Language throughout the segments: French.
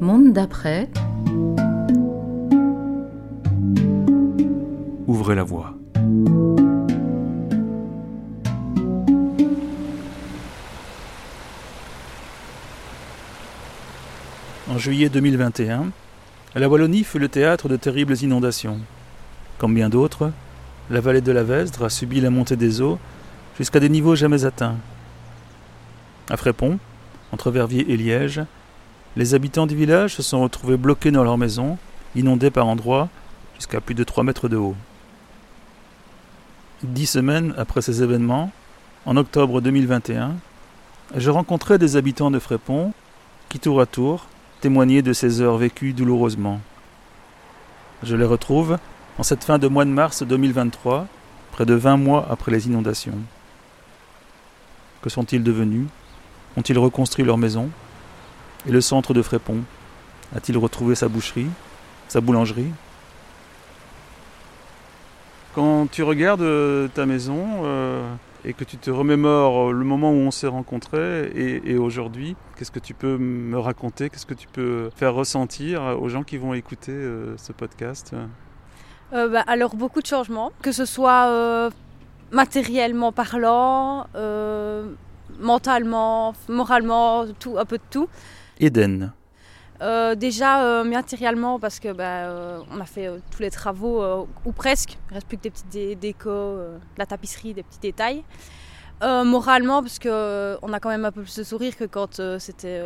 Monde d'après. Ouvrez la voie. En juillet 2021, la Wallonie fut le théâtre de terribles inondations. Comme bien d'autres, la vallée de la Vesdre a subi la montée des eaux jusqu'à des niveaux jamais atteints. À Frépont, entre Verviers et Liège, les habitants du village se sont retrouvés bloqués dans leurs maisons, inondés par endroits jusqu'à plus de 3 mètres de haut. 10 semaines après ces événements, en octobre 2021, je rencontrais des habitants de Frépont qui, tour à tour, témoignaient de ces heures vécues douloureusement. Je les retrouve en cette fin de mois de mars 2023, près de 20 mois après les inondations. Que sont-ils devenus ? Ont-ils reconstruit leur maison ? Et le centre de Frépont, a-t-il retrouvé sa boucherie, sa boulangerie ? Quand tu regardes ta maison et que tu te remémores le moment où on s'est rencontrés et aujourd'hui, qu'est-ce que tu peux me raconter ? Qu'est-ce que tu peux faire ressentir aux gens qui vont écouter ce podcast ? Alors beaucoup de changements, que ce soit matériellement parlant, mentalement, moralement, tout, un peu de tout. Éden. Déjà matériellement parce que on a fait tous les travaux ou presque, il ne reste plus que des petites décos, de la tapisserie, des petits détails. Moralement parce que on a quand même un peu plus de sourire que quand c'était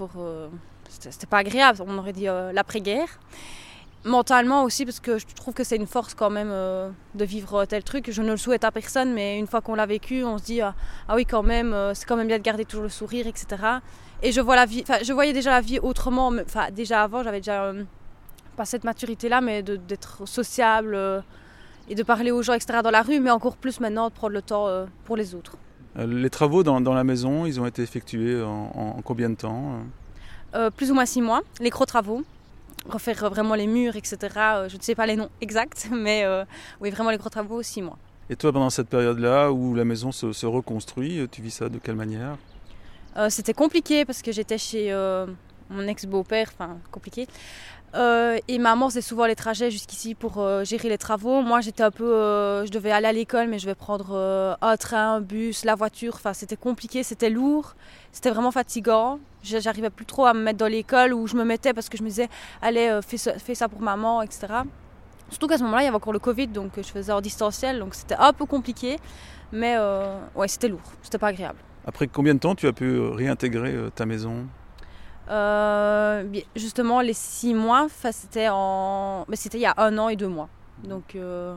pas agréable, on aurait dit l'après-guerre. Mentalement aussi parce que je trouve que c'est une force quand même de vivre tel truc. Je ne le souhaite à personne, mais une fois qu'on l'a vécu, on se dit ah oui quand même, c'est quand même bien de garder toujours le sourire, etc. Et je vois la vie, je voyais déjà la vie autrement. Déjà avant, j'avais déjà pas cette maturité-là, mais d'être sociable et de parler aux gens, etc. dans la rue, mais encore plus maintenant de prendre le temps pour les autres. Les travaux dans la maison, ils ont été effectués en combien de temps ? Plus ou moins 6 mois, les gros travaux. Refaire vraiment les murs, etc. Je ne sais pas les noms exacts, mais oui, vraiment les gros travaux, 6 mois. Et toi, pendant cette période-là où la maison se reconstruit, tu vis ça de quelle manière ? C'était compliqué parce que j'étais chez mon ex-beau-père, compliqué. Et maman faisait souvent les trajets jusqu'ici pour gérer les travaux. Moi, j'étais un peu... je devais aller à l'école, mais je devais prendre un train, un bus, la voiture. C'était compliqué, c'était lourd. C'était vraiment fatigant. J'arrivais plus trop à me mettre dans l'école où je me mettais parce que je me disais « Allez, fais ça pour maman, etc. » Surtout qu'à ce moment-là, il y avait encore le Covid, donc je faisais en distanciel. Donc c'était un peu compliqué. Mais ouais, c'était lourd, c'était pas agréable. Après combien de temps tu as pu réintégrer ta maison ? Justement, les 6 mois, c'était il y a 1 an et 2 mois. Donc,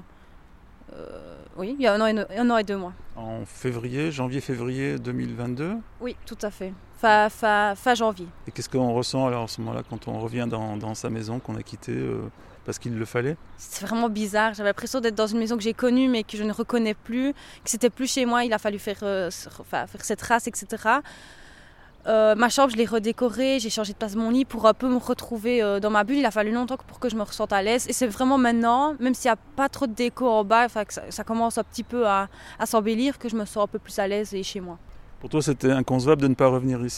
oui, il y a 1 an et 2 mois. En janvier-février 2022 ? Oui, tout à fait. Fin janvier. Et qu'est-ce qu'on ressent alors à ce moment-là quand on revient dans sa maison qu'on a quittée parce qu'il le fallait ? C'est vraiment bizarre. J'avais l'impression d'être dans une maison que j'ai connue mais que je ne reconnais plus, que c'était plus chez moi. Il a fallu faire cette trace, etc. Ma chambre, je l'ai redécorée, j'ai changé de place de mon lit pour un peu me retrouver dans ma bulle. Il a fallu longtemps pour que je me ressente à l'aise. Et c'est vraiment maintenant, même s'il n'y a pas trop de déco en bas, que ça commence un petit peu à s'embellir, que je me sens un peu plus à l'aise et chez moi. Pour toi, c'était inconcevable de ne pas revenir ici ?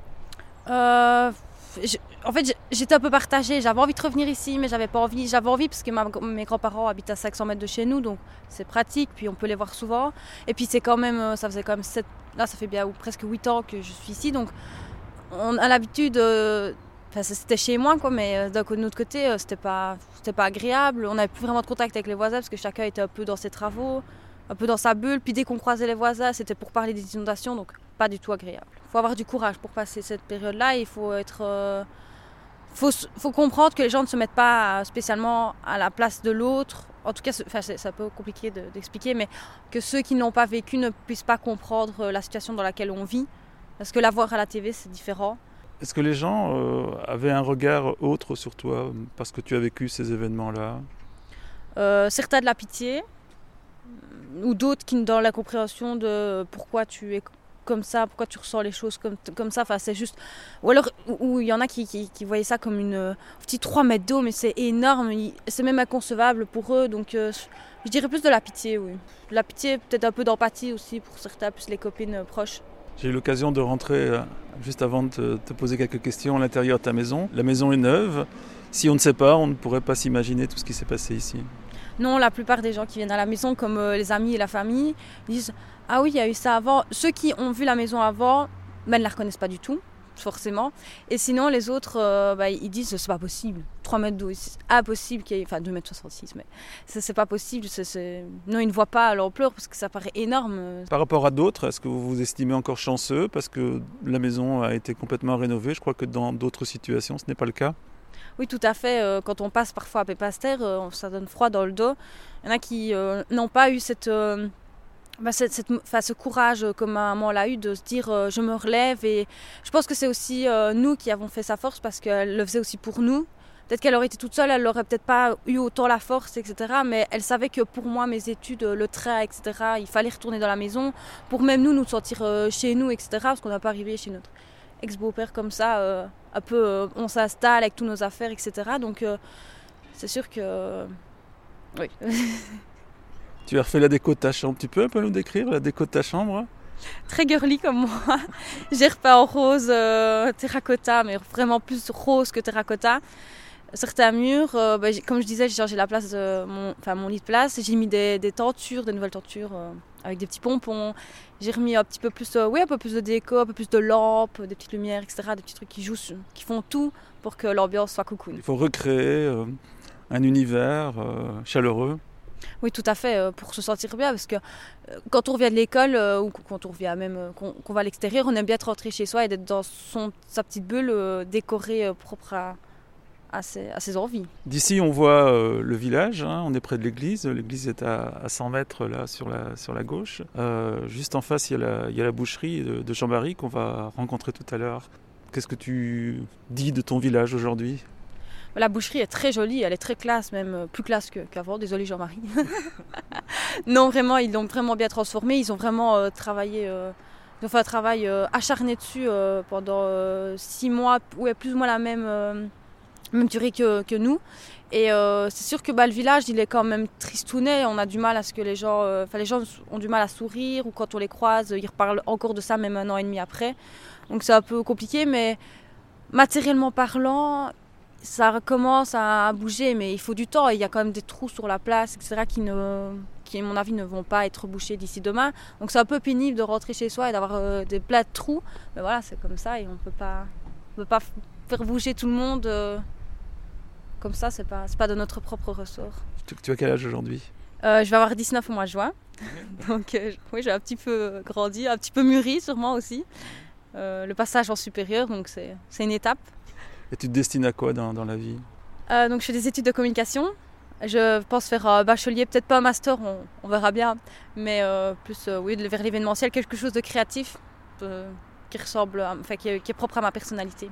En fait, j'étais un peu partagée. J'avais envie de revenir ici, mais j'avais pas envie. J'avais envie parce que mes grands-parents habitent à 500 mètres de chez nous, donc c'est pratique. Puis on peut les voir souvent. Et puis c'est quand même, ça faisait quand même là, ça fait bien presque 8 ans que je suis ici, donc on a l'habitude. C'était chez moi, quoi, mais d'un autre côté, c'était pas agréable. On n'avait plus vraiment de contact avec les voisins parce que chacun était un peu dans ses travaux, un peu dans sa bulle. Puis dès qu'on croisait les voisins, c'était pour parler des inondations, donc pas du tout agréable. Il faut avoir du courage pour passer cette période-là. Il faut être... faut comprendre que les gens ne se mettent pas spécialement à la place de l'autre. En tout cas, c'est un peu compliqué d'expliquer, mais que ceux qui n'ont pas vécu ne puissent pas comprendre la situation dans laquelle on vit. Parce que la voir à la TV, c'est différent. Est-ce que les gens avaient un regard autre sur toi parce que tu as vécu ces événements-là ? Certains de la pitié, ou d'autres qui dans la compréhension de pourquoi tu es comme ça, pourquoi tu ressens les choses comme ça. C'est juste... Ou alors, il y en a qui voyaient ça comme une petite 3 mètres d'eau, mais c'est énorme, c'est même inconcevable pour eux. Donc, je dirais plus de la pitié, oui. De la pitié, peut-être un peu d'empathie aussi pour certains, plus les copines proches. J'ai eu l'occasion de rentrer juste avant de te poser quelques questions à l'intérieur de ta maison. La maison est neuve. Si on ne sait pas, on ne pourrait pas s'imaginer tout ce qui s'est passé ici. Non, la plupart des gens qui viennent à la maison, comme les amis et la famille, disent « Ah oui, il y a eu ça avant ». Ceux qui ont vu la maison avant, ne la reconnaissent pas du tout, forcément. Et sinon, les autres, ils disent « C'est pas possible, 3 mètres d'eau, c'est impossible qu'il y ait… » Enfin, 2,66 m, mais c'est pas possible. Non, ils ne voient pas l'ampleur parce que ça paraît énorme. Par rapport à d'autres, est-ce que vous vous estimez encore chanceux parce que la maison a été complètement rénovée? Je crois que dans d'autres situations, ce n'est pas le cas. Oui, tout à fait. Quand on passe parfois à Pépaster, ça donne froid dans le dos. Il y en a qui n'ont pas eu ce courage comme maman l'a eu de se dire je me relève. Et je pense que c'est aussi nous qui avons fait sa force parce qu'elle le faisait aussi pour nous. Peut-être qu'elle aurait été toute seule, elle n'aurait peut-être pas eu autant la force, etc. Mais elle savait que pour moi, mes études, le train, etc., il fallait retourner dans la maison pour même nous sentir chez nous, etc. Parce qu'on n'a pas arrivé chez notre ex-beau-père comme ça, un peu, on s'installe avec toutes nos affaires, etc. Donc c'est sûr que… oui. Tu as refait la déco de ta chambre. Tu peux un peu nous décrire la déco de ta chambre? Très girly comme moi. J'ai repeint en rose terracotta, mais vraiment plus rose que terracotta. Certains murs, comme je disais, j'ai changé la place de mon lit de place. J'ai mis des tentures, des nouvelles tentures avec des petits pompons. J'ai remis un petit peu plus, un peu plus de déco, un peu plus de lampes, des petites lumières, etc. Des petits trucs qui font tout pour que l'ambiance soit cocoon. Il faut recréer un univers chaleureux. Oui, tout à fait, pour se sentir bien, parce que quand on revient de l'école ou quand on revient même, qu'on va à l'extérieur, on aime bien être rentré chez soi et d'être dans sa petite bulle décorée propre à ses envies. D'ici, on voit le village, hein, on est près de l'église. L'église est à 100 mètres là, sur la gauche. Juste en face, il y a la boucherie de Jean-Marie qu'on va rencontrer tout à l'heure. Qu'est-ce que tu dis de ton village aujourd'hui ? La boucherie est très jolie, elle est très classe, même plus classe qu'avant. Désolée Jean-Marie. Non, vraiment, ils l'ont vraiment bien transformé. Ils ont vraiment travaillé, ils ont fait un travail acharné dessus pendant 6 mois, ouais, plus ou moins la même durée que nous. Et c'est sûr que le village, il est quand même tristounet. On a du mal à ce que les gens ont du mal à sourire, ou quand on les croise, ils reparlent encore de ça même 1 an et demi après. Donc c'est un peu compliqué, mais matériellement parlant, ça recommence à bouger, mais il faut du temps. Il y a quand même des trous sur la place, etc., qui, à mon avis, ne vont pas être bouchés d'ici demain. Donc c'est un peu pénible de rentrer chez soi et d'avoir des plein de trous. Mais voilà, c'est comme ça et on peut pas faire bouger tout le monde comme ça. C'est pas de notre propre ressort. Tu as quel âge aujourd'hui ? Je vais avoir 19 au mois de juin. Donc oui, j'ai un petit peu grandi, un petit peu mûri sûrement aussi. Le passage en supérieur, donc c'est une étape. Et tu te destines à quoi dans la vie ? Donc je fais des études de communication. Je pense faire un bachelier, peut-être pas un master, on verra bien, mais plus vers l'événementiel, quelque chose de créatif qui ressemble, qui est propre à ma personnalité.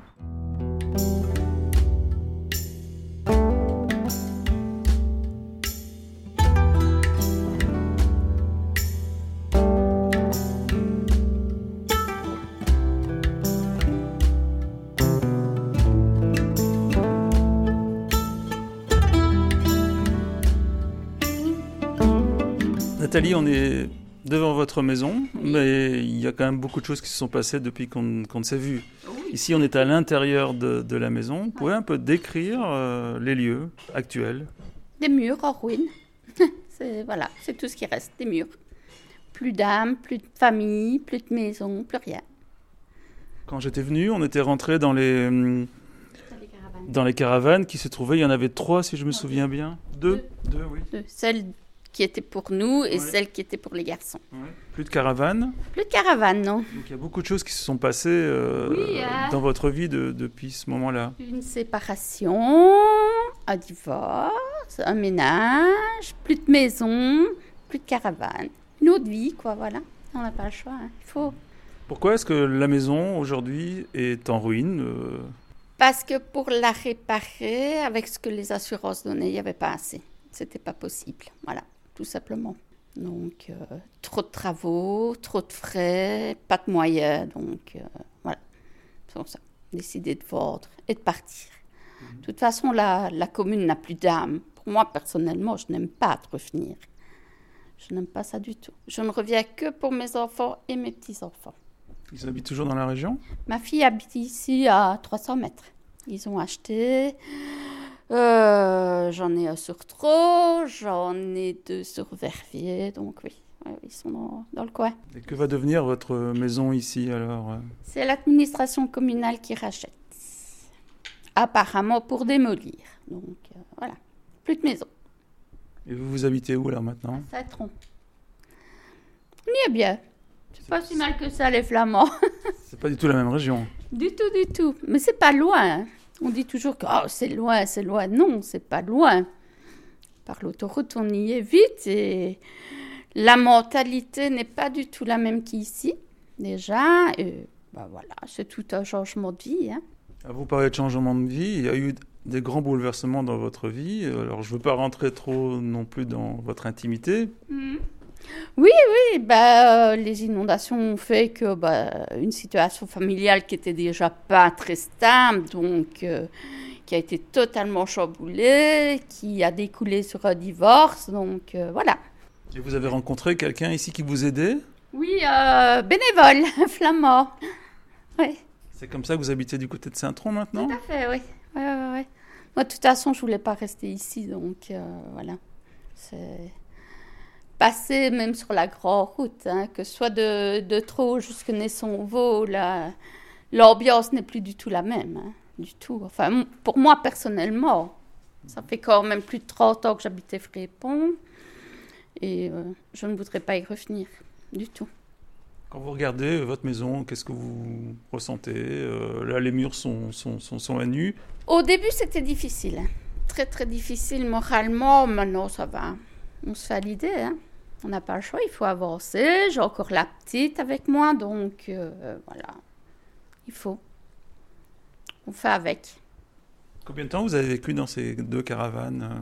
Nathalie, on est devant votre maison, mais il y a quand même beaucoup de choses qui se sont passées depuis qu'on ne s'est vu. Oui. Ici, on est à l'intérieur de la maison. Vous pouvez un peu décrire les lieux actuels ? Des murs en ruine. C'est tout ce qui reste, des murs. Plus d'âme, plus de famille, plus de maison, plus rien. Quand j'étais venu, on était rentré dans les caravanes qui se trouvaient. Il y en avait 3, si je me souviens bien. Deux, oui. Celle qui était pour nous et celle qui était pour les garçons. Ouais. Plus de caravanes ? Plus de caravanes, non. Donc il y a beaucoup de choses qui se sont passées dans votre vie depuis ce moment-là. Une séparation, un divorce, un ménage, plus de maison, plus de caravanes. Une autre vie, quoi, voilà. On n'a pas le choix, hein. Il faut. Pourquoi est-ce que la maison, aujourd'hui, est en ruine Parce que pour la réparer, avec ce que les assurances donnaient, il n'y avait pas assez. C'était pas possible, voilà. Tout simplement. Donc, trop de travaux, trop de frais, pas de moyens. Donc, voilà. C'est pour ça. Décider de vendre et de partir. De toute façon, la commune n'a plus d'âme. Pour moi, personnellement, je n'aime pas revenir. Je n'aime pas ça du tout. Je ne reviens que pour mes enfants et mes petits-enfants. Ils habitent toujours dans la région? Ma fille habite ici à 300 mètres. Ils ont acheté. J'en ai un sur Traux, j'en ai 2 sur Verviers, donc oui, ouais, ils sont dans le coin. Et que va devenir votre maison ici alors? C'est l'administration communale qui rachète. Apparemment pour démolir. Donc voilà, plus de maison. Et vous habitez où là maintenant? Saint-Tron. On y est bien. C'est pas si mal que ça les Flamands. C'est pas du tout la même région. Du tout, du tout. Mais c'est pas loin. On dit toujours que oh, c'est loin, c'est loin. Non, c'est pas loin. Par l'autoroute, on y est vite et la mentalité n'est pas du tout la même qu'ici, déjà. Et voilà, c'est tout un changement de vie. Hein. Vous parlez de changement de vie, il y a eu des grands bouleversements dans votre vie. Alors, je ne veux pas rentrer trop non plus dans votre intimité. Oui, les inondations ont fait que une situation familiale qui était déjà pas très stable, donc qui a été totalement chamboulée, qui a découlé sur un divorce, donc voilà. Et vous avez rencontré quelqu'un ici qui vous aidait? Oui, bénévole, flamand. Oui. C'est comme ça que vous habitez du côté de Saint-Tron maintenant? Tout à fait, oui. Ouais. Moi, de toute façon, je voulais pas rester ici, donc voilà. C'est passer même sur la grande route, hein, que ce soit de Traux jusqu'à Naison-Vaux, l'ambiance n'est plus du tout la même, hein, du tout. Enfin, pour moi, personnellement, ça fait quand même plus de 30 ans que j'habitais Frépont, et je ne voudrais pas y revenir, du tout. Quand vous regardez votre maison, qu'est-ce que vous ressentez? Là, les murs sont à nu. Au début, c'était difficile, hein. Très, très difficile moralement. Maintenant, ça va. On se fait à l'idée, hein. On n'a pas le choix, il faut avancer. J'ai encore la petite avec moi, donc voilà. Il faut. On fait avec. Combien de temps vous avez vécu dans ces 2 caravanes?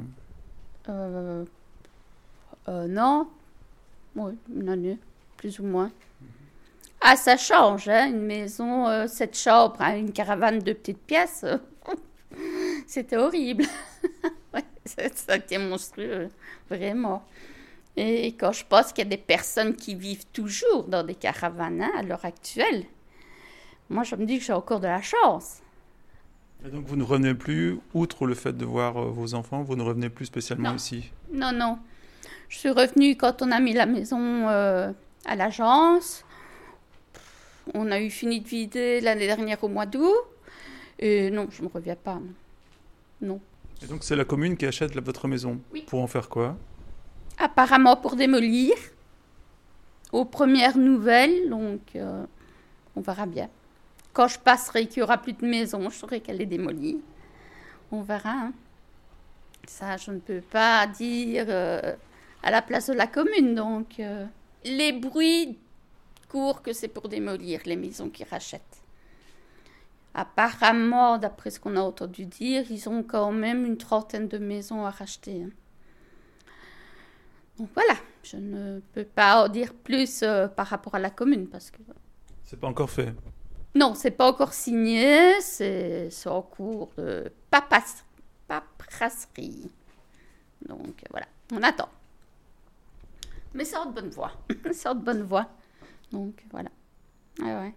Non. Oui, une année, plus ou moins. Ah, ça change, hein. Une maison, 7 chambres, hein, une caravane de petites pièces. C'était horrible. Ouais, c'était monstrueux, vraiment. Et quand je pense qu'il y a des personnes qui vivent toujours dans des caravanes, hein, à l'heure actuelle, moi je me dis que j'ai encore de la chance. Et donc vous ne revenez plus, outre le fait de voir vos enfants, vous ne revenez plus spécialement ici? Non. Je suis revenue quand on a mis la maison à l'agence. On a eu fini de vider l'année dernière au mois d'août. Et non, je ne reviens pas. Non. Et donc c'est la commune qui achète votre maison? Oui. Pour en faire quoi? Apparemment pour démolir. Aux premières nouvelles, donc on verra bien. Quand je passerai qu'il n'y aura plus de maison, je saurai qu'elle est démolie. On verra. Hein. Ça, je ne peux pas dire à la place de la commune. Donc, les bruits courent que c'est pour démolir les maisons qu'ils rachètent. Apparemment, d'après ce qu'on a entendu dire, ils ont quand même une 30aine de maisons à racheter. Hein. Donc voilà, je ne peux pas en dire plus par rapport à la commune parce que... C'est pas encore fait? Non, c'est pas encore signé, c'est en cours de paperasserie. Donc voilà, on attend. Mais c'est en de bonne voie, c'est en de bonne voie. Donc voilà, ouais.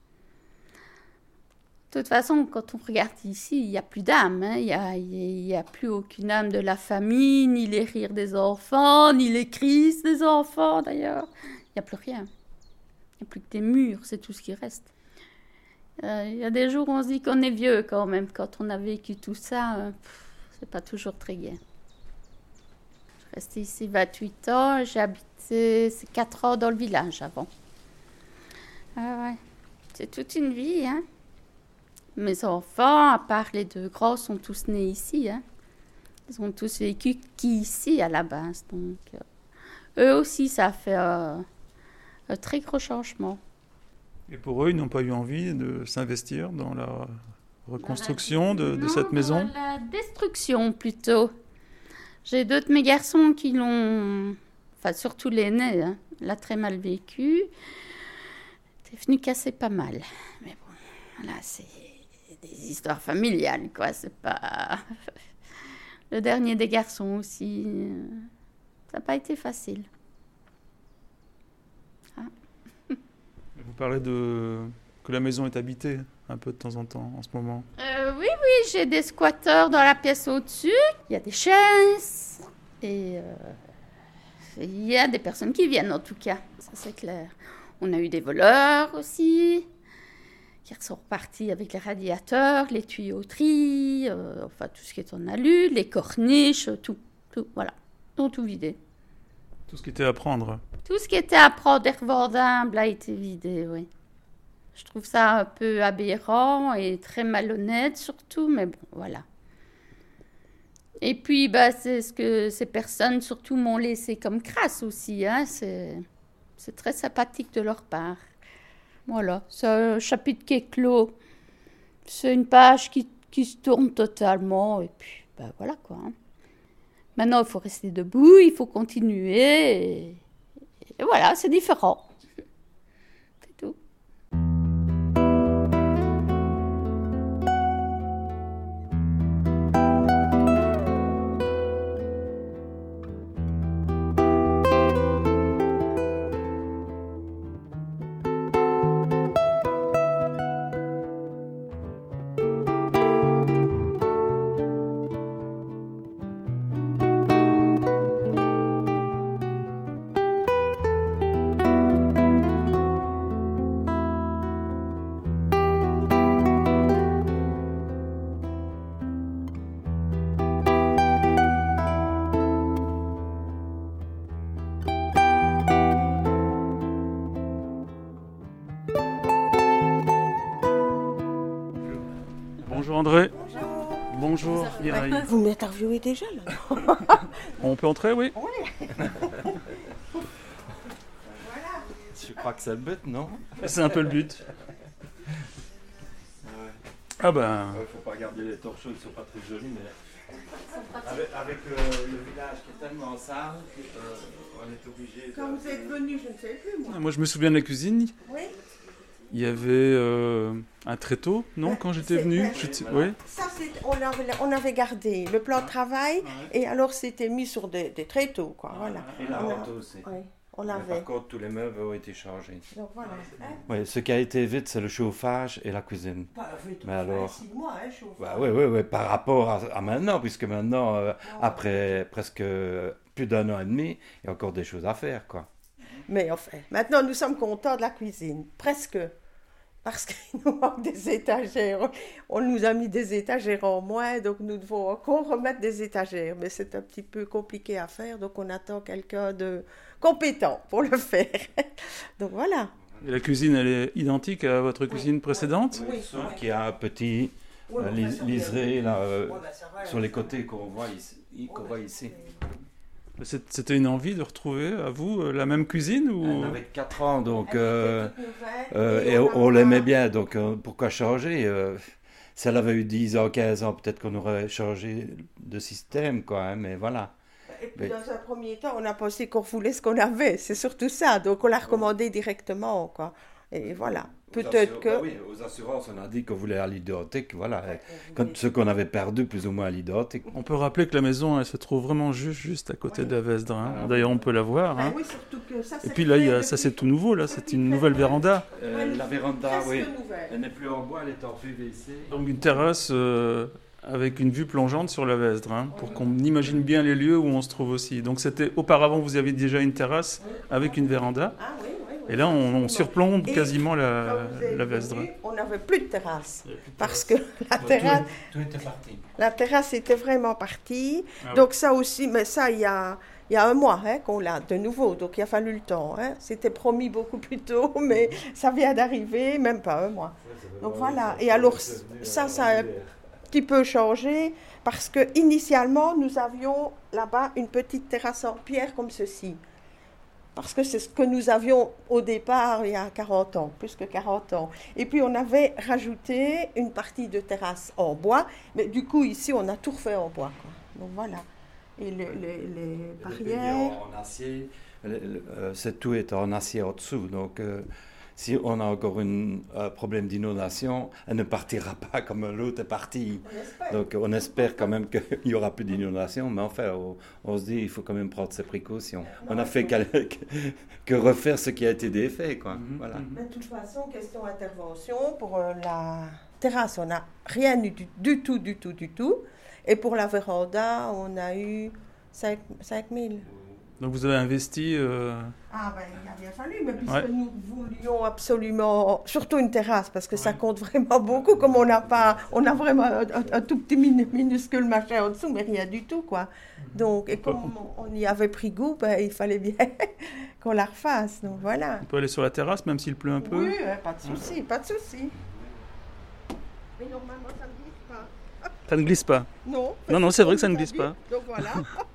De toute façon, quand on regarde ici, il n'y a plus d'âme. Hein. Il n'y a plus aucune âme de la famille, ni les rires des enfants, ni les crises des enfants d'ailleurs. Il n'y a plus rien. Il n'y a plus que des murs, c'est tout ce qui reste. Il y a des jours où on se dit qu'on est vieux quand même. Quand on a vécu tout ça, c'est pas toujours très gai. Je suis restée ici 28 ans. J'ai habité 4 ans dans le village avant. Ouais. C'est toute une vie, hein. Mes enfants, à part les 2 grands, sont tous nés ici. Hein. Ils ont tous vécu qu'ici à la base. Donc, eux aussi, ça a fait un très gros changement. Et pour eux, ils n'ont pas eu envie de s'investir dans la reconstruction de cette maison? Dans la destruction plutôt. J'ai 2 de mes garçons qui l'ont, enfin surtout l'aîné, hein, l'a très mal vécu. C'est venu casser pas mal. Mais bon, là, c'est des histoires familiales, quoi. C'est pas... Le dernier des garçons aussi, ça n'a pas été facile. Vous parlez que la maison est habitée un peu de temps en temps en ce moment. Oui, j'ai des squatteurs dans la pièce au-dessus. Il y a des chaises et il y a des personnes qui viennent en tout cas, ça c'est clair. On a eu des voleurs aussi qui sont repartis avec les radiateurs, les tuyauteries, enfin tout ce qui est en alu, les corniches, tout, voilà. Ils ont tout vidé. Tout ce qui était à prendre. Tout ce qui était à prendre et revendable a été vidé, oui. Je trouve ça un peu aberrant et très malhonnête surtout, mais bon, voilà. Et puis, c'est ce que ces personnes surtout m'ont laissé comme crasse aussi, hein. C'est très sympathique de leur part. Voilà, c'est un chapitre qui est clos. C'est une page qui se tourne totalement, et puis, voilà quoi. Hein. Maintenant, il faut rester debout, il faut continuer, et voilà, c'est différent. C'est tout. Bonjour André. Bonjour Mireille. Vous m'interviewez déjà là? On peut entrer, oui? Oui. Je crois que c'est le but, non? C'est un peu le but. Ah ben... faut pas regarder les torchons, ils sont pas très jolis, mais... Avec le village qui est tellement sale, on est obligé... Quand vous êtes venu, je ne sais plus moi. Moi je me souviens de la cuisine. Oui. Il y avait un tréteau, non, quand j'étais venu? Oui. Ça, on avait gardé le plan de travail et alors c'était mis sur des tréteaux, quoi. Voilà. Et la honte aussi. Oui, on Mais avait. par contre, tous les meubles ont été changés. Donc voilà. Oui, ce qui a été vite, c'est le chauffage et la cuisine. Pas vite. Mais alors 6 mois, hein, chauffage. Oui, par rapport à maintenant, puisque maintenant, après presque plus d'1 an et demi, il y a encore des choses à faire, quoi. Mais enfin, maintenant nous sommes contents de la cuisine, presque. Parce qu'il nous manque des étagères. On nous a mis des étagères en moins, donc nous devons encore remettre des étagères. Mais c'est un petit peu compliqué à faire, donc on attend quelqu'un de compétent pour le faire. Donc voilà. Et la cuisine, elle est identique à votre cuisine précédente? Oui. Sauf qu'il y a un petit liseré là, sur les côtés qu'on voit ici. C'était une envie de retrouver à vous la même cuisine ou... On avait 4 ans, donc et on l'aimait bien, donc pourquoi changer Si elle avait eu 10 ans, 15 ans, peut-être qu'on aurait changé de système, quoi, hein, mais voilà. Et puis dans un premier temps, on a pensé qu'on voulait ce qu'on avait, c'est surtout ça, donc on l'a recommandé directement, quoi. Et voilà. Peut-être que... oui, aux assurances, on a dit qu'on voulait à l'identique, voilà. Ce qu'on avait perdu, plus ou moins à l'identique. On peut rappeler que la maison, elle se trouve vraiment juste à côté de la Vesdre. Hein. D'ailleurs, on peut la voir. Hein. Oui, surtout que ça, et puis là, ça c'est tout nouveau, là, c'est une nouvelle véranda. La véranda, oui, elle n'est plus en bois, elle est en PVC. Donc une terrasse avec une vue plongeante sur la Vesdre, hein, pour qu'on imagine bien les lieux où on se trouve aussi. Donc auparavant, vous aviez déjà une terrasse avec une véranda. Ah oui. Et là, on surplombe quasiment la Vesdre. On n'avait plus de terrasse, parce que la terrasse... Tout était parti. La terrasse était vraiment partie. Ah Donc ça aussi, mais ça, il y a 1 mois qu'on l'a de nouveau, donc il a fallu le temps. Hein. C'était promis beaucoup plus tôt, mais ça vient d'arriver, même pas 1 mois. Donc voilà. Et alors, ça a un petit peu changé, parce que initialement, nous avions là-bas une petite terrasse en pierre comme ceci. Parce que c'est ce que nous avions au départ il y a 40 ans, plus que 40 ans. Et puis on avait rajouté une partie de terrasse en bois, mais du coup ici on a tout refait en bois, quoi. Donc voilà. Et les barrières... En acier, tout est en acier en dessous, donc si on a encore un problème d'inondation, elle ne partira pas comme l'autre est partie. Donc on espère quand même qu'il n'y aura plus d'inondation, mais enfin on se dit il faut quand même prendre ses précautions. On n'a fait que refaire ce qui a été défait, quoi. Voilà. Mais de toute façon, question intervention, pour la terrasse, on n'a rien eu du tout. Et pour la véranda, on a eu 5 000. Donc vous avez investi... Ah ben, il a bien fallu, mais puisque nous voulions absolument, surtout une terrasse, parce que ça compte vraiment beaucoup, comme on a vraiment un tout petit minuscule machin en dessous, mais rien du tout, quoi. Donc, et comme on y avait pris goût, ben, il fallait bien qu'on la refasse, donc voilà. On peut aller sur la terrasse, même s'il pleut un peu? Oui, pas de souci. Mais normalement, ça ne glisse pas. Ça ne glisse pas? Non, c'est vrai que ça ne glisse pas. Donc voilà.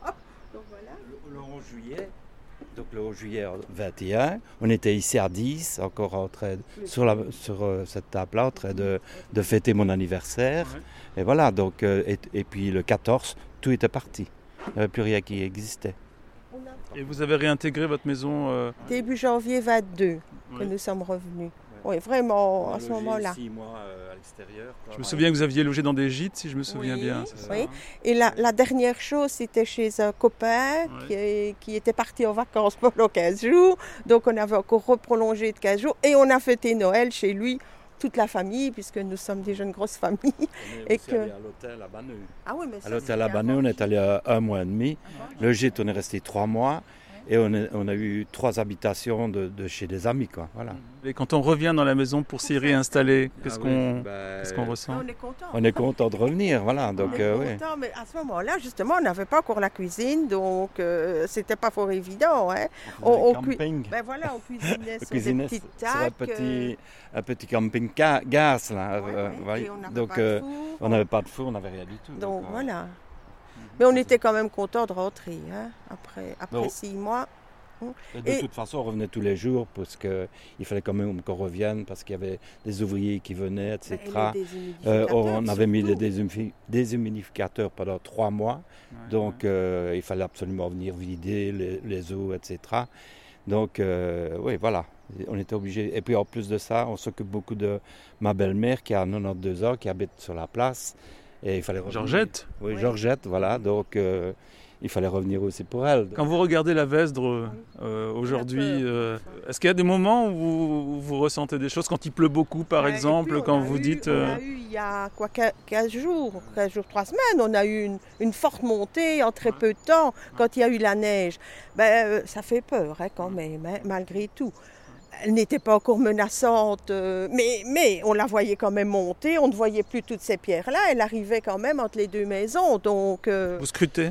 Le 11 juillet 21, on était ici à 10, encore en train sur cette table-là, en train de fêter mon anniversaire. Ouais. Et voilà, donc, et puis le 14, tout était parti. Il n'y avait plus rien qui existait. Et vous avez réintégré votre maison début janvier 22, que nous sommes revenus. Oui, vraiment, à ce moment-là. 6 mois à l'extérieur. Je me souviens que vous aviez logé dans des gîtes, si je me souviens bien. Oui, et la dernière chose, c'était chez un copain qui était parti en vacances pendant 15 jours. Donc, on avait encore reprolongé de 15 jours. Et on a fêté Noël chez lui, toute la famille, puisque nous sommes déjà une grosse famille. On est allé à l'hôtel à Banneux. Ah oui, mais ça, à l'hôtel à Banneux, on est allé 1 mois et demi. Le gîte, on est resté 3 mois. Et on a eu 3 habitations de chez des amis, quoi. Voilà. Et quand on revient dans la maison pour s'y réinstaller, qu'est-ce qu'on ressent? On est content. On est content de revenir, voilà. Donc, on est content, mais à ce moment-là, justement, on n'avait pas encore la cuisine, donc c'était pas fort évident. Hein. On camping. Ben voilà, on cuisinait sur des petites tacs. Un petit camping gaz, là. Et on n'avait donc, pas de four. On n'avait pas de four, on n'avait rien du tout. Donc voilà. Mais on était quand même content de rentrer, hein, après 6 mois. Et de toute façon, on revenait tous les jours parce qu'il fallait quand même qu'on revienne parce qu'il y avait des ouvriers qui venaient, etc. On avait mis des déshumidificateurs pendant 3 mois. Donc, il fallait absolument venir vider les eaux, etc. Donc, oui, voilà. On était obligés. Et puis, en plus de ça, on s'occupe beaucoup de ma belle-mère qui a 92 ans, qui habite sur la place. Et il fallait revenir. Georgette? Oui, Georgette, voilà. Donc, il fallait revenir aussi pour elle. Quand vous regardez la Vesdre aujourd'hui, est-ce qu'il y a des moments où vous ressentez des choses? Quand il pleut beaucoup, par exemple, quand vous dites... On a eu, il y a 15 jours, 3 semaines, on a eu une forte montée en très peu de temps, quand il y a eu la neige. Ça fait peur, hein, quand même, hein, malgré tout. Elle n'était pas encore menaçante, mais on la voyait quand même monter, on ne voyait plus toutes ces pierres-là, elle arrivait quand même entre les 2 maisons, donc... Vous scrutez?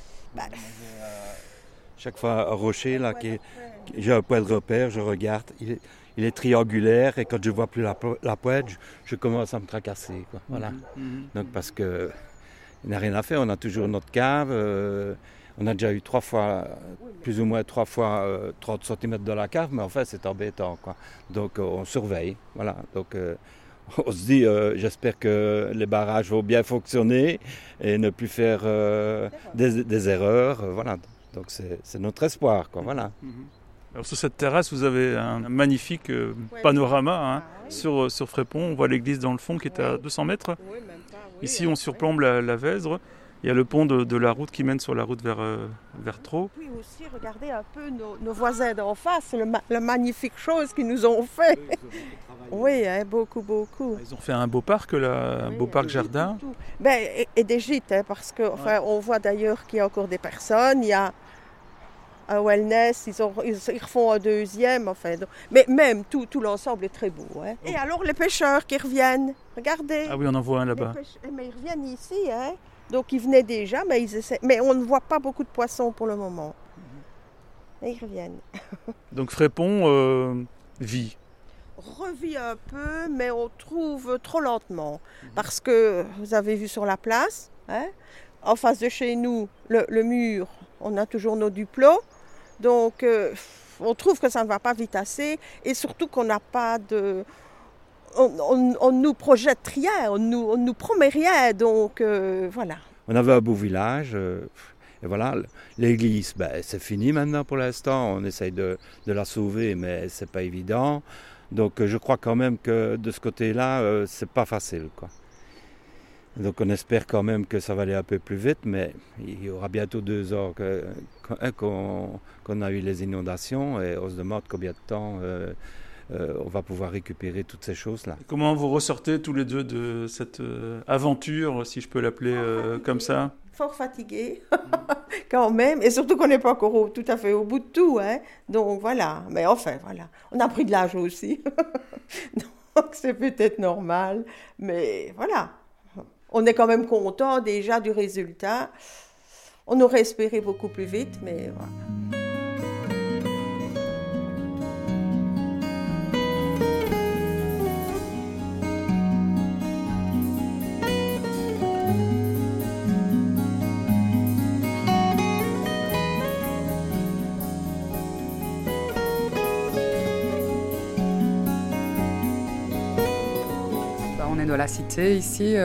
Chaque fois, un rocher, là, j'ai un point de repère, je regarde, il est triangulaire, et quand je ne vois plus la pointe, je commence à me tracasser, quoi. Voilà. Donc, parce qu'il n'y a rien à faire, on a toujours notre cave... On a déjà eu 3 fois, plus ou moins 3 fois 30 cm dans la cave, mais en fait c'est embêtant, quoi. Donc on surveille, voilà. Donc on se dit, j'espère que les barrages vont bien fonctionner et ne plus faire des erreurs, voilà. Donc c'est notre espoir, quoi, voilà. Alors sur cette terrasse, vous avez un magnifique panorama sur Frépont. On voit l'église dans le fond qui est à 200 mètres. Ici on surplombe la Vesdre. Il y a le pont de la route qui mène sur la route vers Traux. Oui, aussi, regardez un peu nos voisins d'en face, la magnifique chose qu'ils nous ont fait. Oui, hein, beaucoup. Ils ont fait un beau parc, un beau parc jardin. Tout. Et des gîtes, hein, parce que on voit d'ailleurs qu'il y a encore des personnes. Il y a un wellness, ils refont un 2e. Enfin, mais même tout l'ensemble est très beau. Hein. Et alors les pêcheurs qui reviennent, regardez. Ah oui, on en voit un là-bas. Mais ils reviennent ici, hein. Donc ils venaient déjà, mais on ne voit pas beaucoup de poissons pour le moment. Et ils reviennent. Donc Frépont vit. Revit un peu, mais on trouve trop lentement. Parce que, vous avez vu sur la place, hein, en face de chez nous, le mur, on a toujours nos duplos. Donc on trouve que ça ne va pas vite assez. Et surtout qu'on n'a pas de... On nous projette rien, on nous promet rien, donc voilà. On avait un beau village, et voilà, l'église, c'est fini maintenant pour l'instant, on essaye de la sauver, mais c'est pas évident. Donc je crois quand même que de ce côté-là, c'est pas facile, quoi. Donc on espère quand même que ça va aller un peu plus vite, mais il y aura bientôt 2 ans qu'on a eu les inondations et on se demande combien de temps on va pouvoir récupérer toutes ces choses-là. Comment vous ressortez tous les deux de cette aventure, si je peux l'appeler comme ça? Fort fatigué, quand même, et surtout qu'on n'est pas encore tout à fait au bout de tout, hein. Donc voilà, mais enfin voilà, on a pris de l'âge aussi, donc c'est peut-être normal, mais voilà, on est quand même content déjà du résultat. On aurait espéré beaucoup plus vite, mais voilà. On est dans la cité ici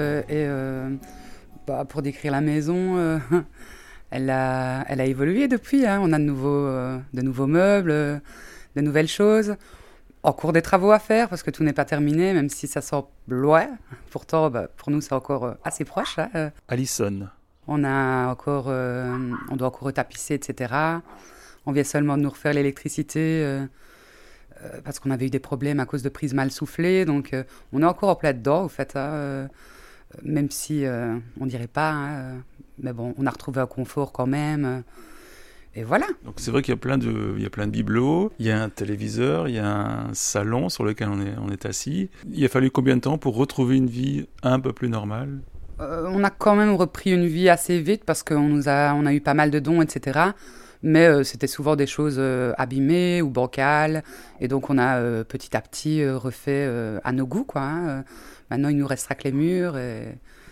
pour décrire la maison, elle a évolué depuis. Hein. On a de nouveaux meubles, de nouvelles choses. En cours des travaux à faire parce que tout n'est pas terminé, même si ça semble loin. Pourtant, pour nous, c'est encore assez proche. Hein. Alison. On doit encore retapisser, etc. On vient seulement de nous refaire l'électricité. Parce qu'on avait eu des problèmes à cause de prises mal soufflées, donc on est encore en plein dedans, au fait, hein, même si on dirait pas, hein, mais bon, on a retrouvé un confort quand même, et voilà. Donc c'est vrai qu'il y a plein de bibelots, il y a un téléviseur, il y a un salon sur lequel on est assis. Il a fallu combien de temps pour retrouver une vie un peu plus normale? On a quand même repris une vie assez vite parce qu'on a eu pas mal de dons, etc. Mais c'était souvent des choses abîmées ou bancales. Et donc, on a petit à petit refait à nos goûts, quoi. Hein. Maintenant, il nous restera que les murs. Et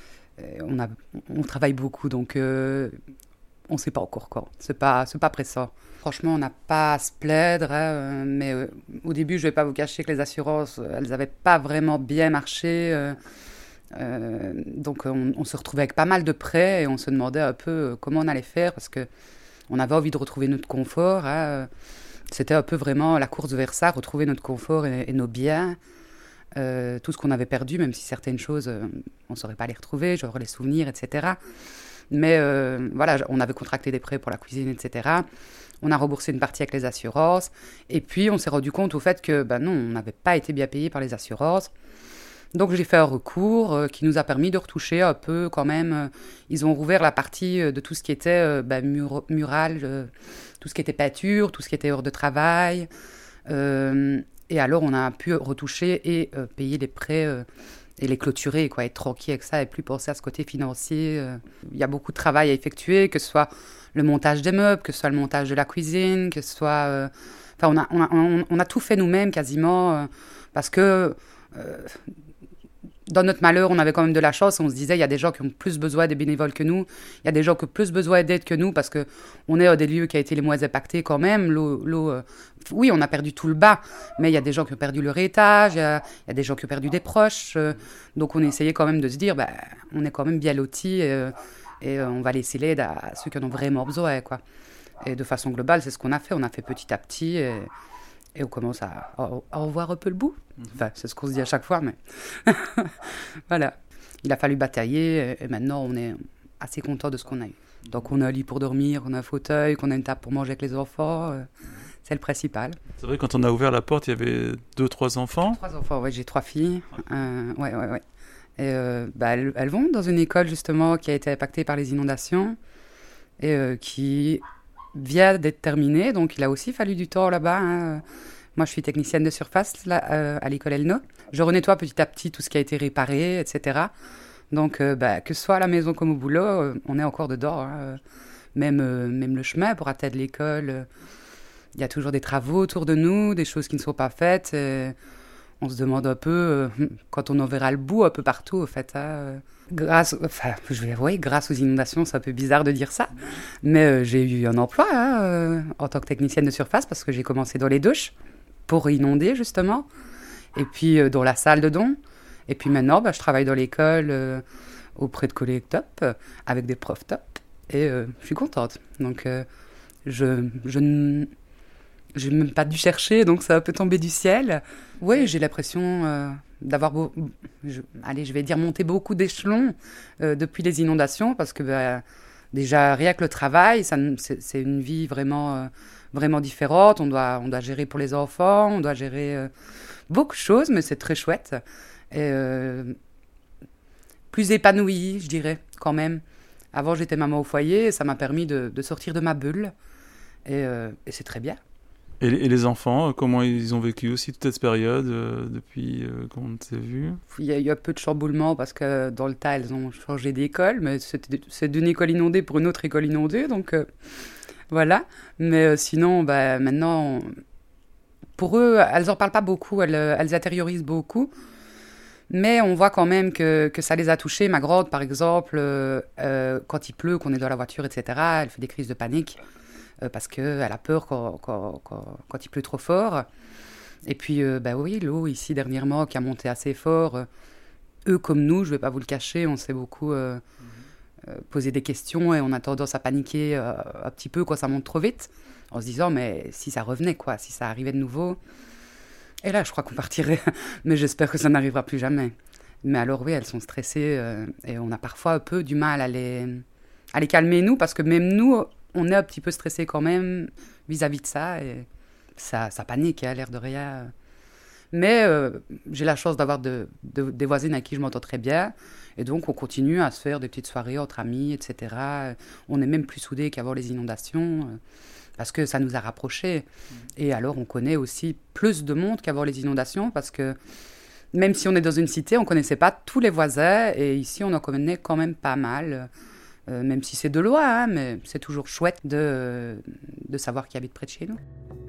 on travaille beaucoup. Donc, on ne sait pas encore quand. C'est pas pressant. Franchement, on n'a pas à se plaindre. Hein, mais au début, je ne vais pas vous cacher que les assurances, elles n'avaient pas vraiment bien marché. Donc, on se retrouvait avec pas mal de prêts. Et on se demandait un peu comment on allait faire. Parce que on avait envie de retrouver notre confort. Hein. C'était un peu vraiment la course vers ça, retrouver notre confort et nos biens. Tout ce qu'on avait perdu, même si certaines choses, on ne saurait pas les retrouver, genre les souvenirs, etc. Mais voilà, on avait contracté des prêts pour la cuisine, etc. On a remboursé une partie avec les assurances. Et puis, on s'est rendu compte au fait que, non, on n'avait pas été bien payé par les assurances. Donc j'ai fait un recours qui nous a permis de retoucher un peu quand même. Ils ont rouvert la partie de tout ce qui était mural, tout ce qui était peinture, tout ce qui était heures de travail. Et alors on a pu retoucher et payer les prêts et les clôturer, quoi, être tranquille avec ça et plus penser à ce côté financier. Il y a beaucoup de travail à effectuer, que ce soit le montage des meubles, que ce soit le montage de la cuisine, que ce soit... Enfin, on a tout fait nous-mêmes quasiment parce que... Dans notre malheur, on avait quand même de la chance. On se disait, il y a des gens qui ont plus besoin des bénévoles que nous. Il y a des gens qui ont plus besoin d'aide que nous parce qu'on est des lieux qui ont été les moins impactés quand même. Oui, on a perdu tout le bas, mais il y a des gens qui ont perdu leur étage, il y a des gens qui ont perdu des proches. Donc, on essayait quand même de se dire, on est quand même bien lotis et on va laisser l'aide à ceux qui en ont vraiment besoin, quoi. Et de façon globale, c'est ce qu'on a fait. On a fait petit à petit et on commence à revoir un peu le bout. Enfin, c'est ce qu'on se dit à chaque fois, mais voilà. Il a fallu batailler et maintenant, on est assez content de ce qu'on a eu. Donc, on a un lit pour dormir, on a un fauteuil, qu'on a une table pour manger avec les enfants. C'est le principal. C'est vrai, quand on a ouvert la porte, il y avait 2-3 enfants. 3 enfants, oui, j'ai 3 filles. Ouais. Et elles vont dans une école, justement, qui a été impactée par les inondations et qui vient d'être terminée. Donc, il a aussi fallu du temps là-bas. Hein. Moi, je suis technicienne de surface là, à l'école Elno. Je renettoie petit à petit tout ce qui a été réparé, etc. Donc, que ce soit à la maison comme au boulot, on est encore dedans. Hein. Même le chemin pour atteindre l'école, il y a toujours des travaux autour de nous, des choses qui ne sont pas faites. Et on se demande un peu, quand on en verra le bout, un peu partout, au fait. Hein. Grâce aux inondations, c'est un peu bizarre de dire ça. Mais j'ai eu un emploi en tant que technicienne de surface parce que j'ai commencé dans les douches pour inonder, justement. Et puis dans la salle de dons. Et puis maintenant, je travaille dans l'école auprès de collègues top, avec des profs top. Et je suis contente. Donc, je J'ai même pas dû chercher, donc ça peut tomber du ciel. Oui, j'ai l'impression d'avoir, je vais dire monter beaucoup d'échelons depuis les inondations, parce que déjà, rien que le travail, c'est une vie vraiment, vraiment différente. On doit gérer pour les enfants, on doit gérer beaucoup de choses, mais c'est très chouette. Et plus épanouie, je dirais, quand même. Avant, j'étais maman au foyer, et ça m'a permis de sortir de ma bulle. Et c'est très bien. Et les enfants, comment ils ont vécu aussi toute cette période depuis qu'on s'est vu? Il y a eu un peu de chamboulement parce que dans le tas, elles ont changé d'école, mais c'est d'une école inondée pour une autre école inondée, donc voilà. Mais sinon, maintenant, pour eux, elles n'en parlent pas beaucoup, elles intériorisent beaucoup. Mais on voit quand même que ça les a touchées. Ma grande, par exemple, quand il pleut, qu'on est dans la voiture, etc., elle fait des crises de panique. Parce qu'elle a peur quand il pleut trop fort. Et puis, oui, l'eau ici dernièrement qui a monté assez fort. Eux comme nous, je ne vais pas vous le cacher, on s'est beaucoup posé des questions et on a tendance à paniquer un petit peu quand ça monte trop vite, en se disant, mais si ça revenait, quoi, si ça arrivait de nouveau. Et là, je crois qu'on partirait, mais j'espère que ça n'arrivera plus jamais. Mais alors oui, elles sont stressées et on a parfois un peu du mal à les calmer, nous, parce que même nous, on est un petit peu stressé quand même vis-à-vis de ça, et ça panique, l'air de rien. Mais j'ai la chance d'avoir des voisines avec qui je m'entends très bien, et donc on continue à se faire des petites soirées entre amis, etc. On est même plus soudés qu'avant les inondations, parce que ça nous a rapprochés. Et alors on connaît aussi plus de monde qu'avant les inondations, parce que même si on est dans une cité, on ne connaissait pas tous les voisins, et ici on en connaît quand même pas mal. Même si c'est de loin, mais c'est toujours chouette de savoir qui habite près de chez nous.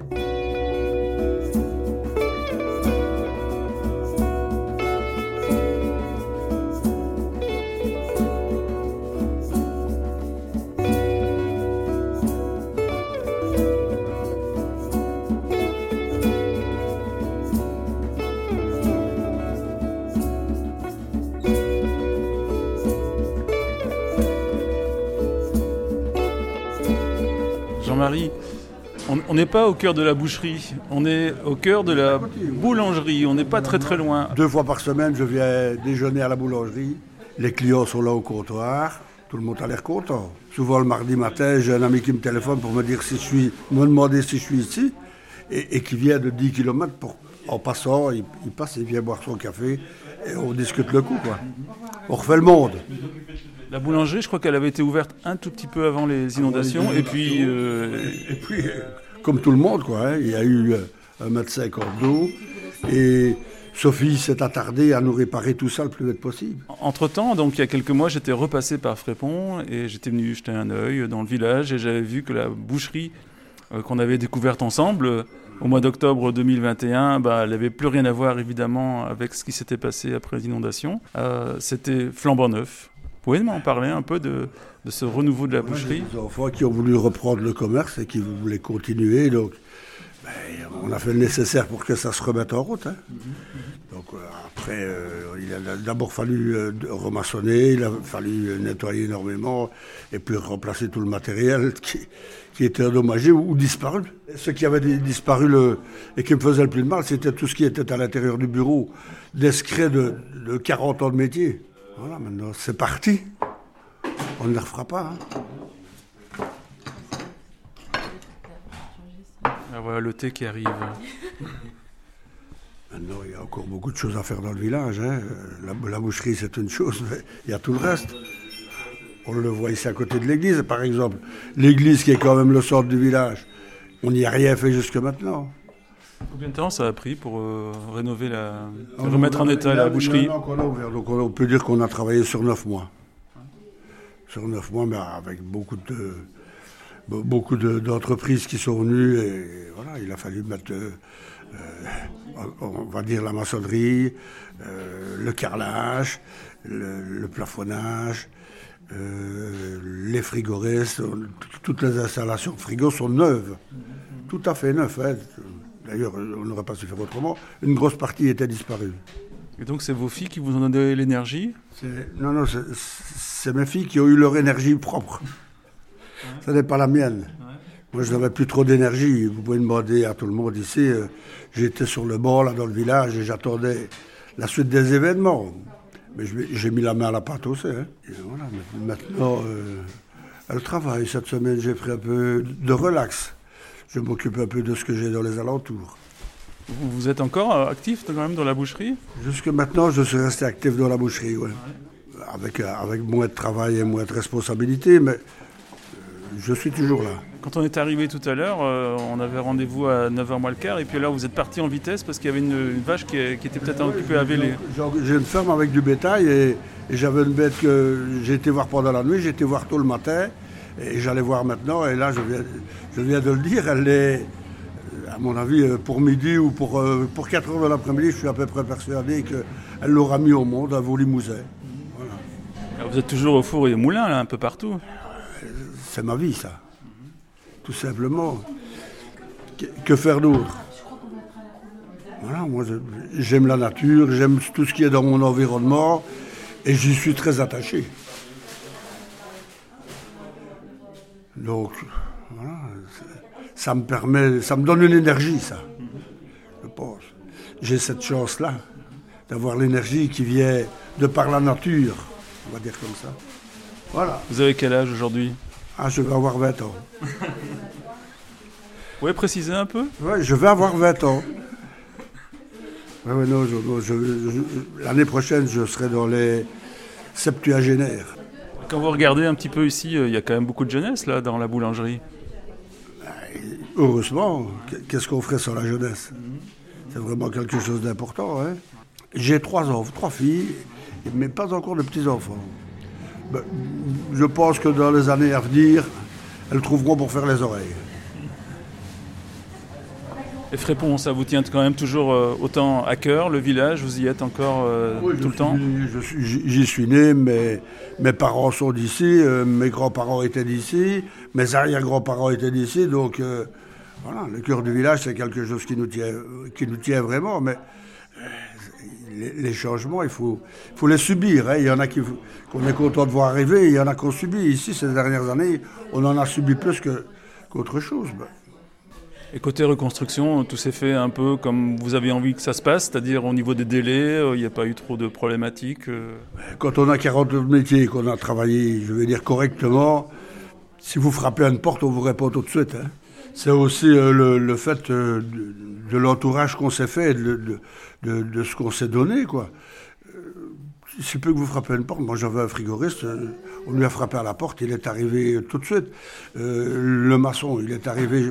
Jean-Marie, on n'est pas au cœur de la boucherie, on est au cœur de la boulangerie, on n'est pas très très loin. 2 fois par semaine, je viens déjeuner à la boulangerie. Les clients sont là au comptoir, tout le monde a l'air content. Souvent le mardi matin, j'ai un ami qui me téléphone pour me demander si je suis ici et qui vient de 10 km en passant, il passe, il vient boire son café et on discute le coup, quoi. On refait le monde. La boulangerie, je crois qu'elle avait été ouverte un tout petit peu avant les inondations. Et puis, comme tout le monde, quoi, hein, il y a eu 1,50 m d'eau. Et Sophie s'est attardée à nous réparer tout ça le plus vite possible. Entre-temps, donc il y a quelques mois, j'étais repassé par Frépont et j'étais venu jeter un œil dans le village et j'avais vu que la boucherie qu'on avait découverte ensemble au mois d'octobre 2021, elle n'avait plus rien à voir évidemment avec ce qui s'était passé après les inondations. C'était flambant neuf. Vous pouvez m'en parler un peu de ce renouveau de la boucherie? Des enfants qui ont voulu reprendre le commerce et qui voulaient continuer, donc on a fait le nécessaire pour que ça se remette en route. Hein. Donc après, il a d'abord fallu remaçonner, il a fallu nettoyer énormément et puis remplacer tout le matériel qui était endommagé ou disparu. Ce qui avait disparu et qui me faisait le plus de mal, c'était tout ce qui était à l'intérieur du bureau, d'escrets de 40 ans de métier. Voilà, maintenant c'est parti. On ne les refera pas. Hein. Ah, voilà le thé qui arrive. Maintenant, il y a encore beaucoup de choses à faire dans le village. Hein. La boucherie, c'est une chose, mais il y a tout le reste. On le voit ici à côté de l'église, par exemple. L'église qui est quand même le centre du village. On n'y a rien fait jusque maintenant. Combien de temps ça a pris pour rénover remettre en état la boucherie? Il y a un an qu'on a ouvert, donc on peut dire qu'on a travaillé sur 9 mois. Sur 9 mois, mais avec beaucoup d'entreprises qui sont venues. Et voilà, il a fallu mettre, on va dire, la maçonnerie, le carrelage, le plafonnage, les frigoristes. Toutes les installations de frigo sont neuves. Tout à fait neuves. Hein. D'ailleurs, on n'aurait pas su faire autrement. Une grosse partie était disparue. Et donc, c'est vos filles qui vous ont donné l'énergie? Non, c'est mes filles qui ont eu leur énergie propre. Ce n'est pas la mienne. Moi, je n'avais plus trop d'énergie. Vous pouvez demander à tout le monde ici. J'étais sur le bord, là, dans le village, et j'attendais la suite des événements. Mais j'ai mis la main à la pâte aussi. Hein. Et voilà, maintenant, le travail. Cette semaine, j'ai pris un peu de relax. Je m'occupe un peu de ce que j'ai dans les alentours. Vous êtes encore actif quand même dans la boucherie? Jusque maintenant, je suis resté actif dans la boucherie, ouais. Avec moins de travail et moins de responsabilité, mais je suis toujours là. Quand on est arrivé tout à l'heure, on avait rendez-vous à 9h moins le quart, et puis là vous êtes parti en vitesse parce qu'il y avait une vache qui était peut-être occupée à véler. J'ai une ferme avec du bétail et j'avais une bête que j'ai été voir pendant la nuit, j'ai été voir tôt le matin et j'allais voir maintenant, et là je viens de le dire, elle est, à mon avis, pour midi ou pour 4h de l'après-midi, je suis à peu près persuadé qu'elle l'aura mis au monde à Vaux-Limousin. Voilà. Alors vous êtes toujours au four et au moulin, là, un peu partout. C'est ma vie, ça. Tout simplement. Que faire d'autre? Voilà, moi j'aime la nature, j'aime tout ce qui est dans mon environnement et j'y suis très attaché. Donc, voilà, ça me donne une énergie, ça, je pense. J'ai cette chance-là, d'avoir l'énergie qui vient de par la nature, on va dire comme ça. Voilà. Vous avez quel âge aujourd'hui? Ah, je vais avoir 20 ans. Vous pouvez préciser un peu? Oui, je vais avoir 20 ans. Ouais, non, l'année prochaine, je serai dans les septuagénaires. Quand vous regardez un petit peu ici, il y a quand même beaucoup de jeunesse là dans la boulangerie. Heureusement, qu'est-ce qu'on ferait sans la jeunesse? C'est vraiment quelque chose d'important. Hein. J'ai 3 filles, mais pas encore de petits-enfants. Ben, je pense que dans les années à venir, elles trouveront pour faire les oreilles. Et Frépon, ça vous tient quand même toujours autant à cœur, le village, vous y êtes encore oui, tout le temps? J'y suis né, mes parents sont d'ici, mes grands-parents étaient d'ici, mes arrière-grands-parents étaient d'ici, donc voilà, le cœur du village, c'est quelque chose qui nous tient vraiment, mais les changements, il faut les subir. Hein. Il y en a qu'on est content de voir arriver, il y en a qu'on subit. Ici, ces dernières années, on en a subi plus qu'autre chose. Ben. Et côté reconstruction, tout s'est fait un peu comme vous avez envie que ça se passe, c'est-à-dire au niveau des délais, il n'y a pas eu trop de problématiques Quand on a 40 métiers, qu'on a travaillé, je vais dire correctement, si vous frappez à une porte, on vous répond tout de suite. Hein. C'est aussi le fait de l'entourage qu'on s'est fait, de ce qu'on s'est donné, quoi. Si peu que vous frappez à une porte, moi j'avais un frigoriste, on lui a frappé à la porte, il est arrivé tout de suite. Le maçon, il est arrivé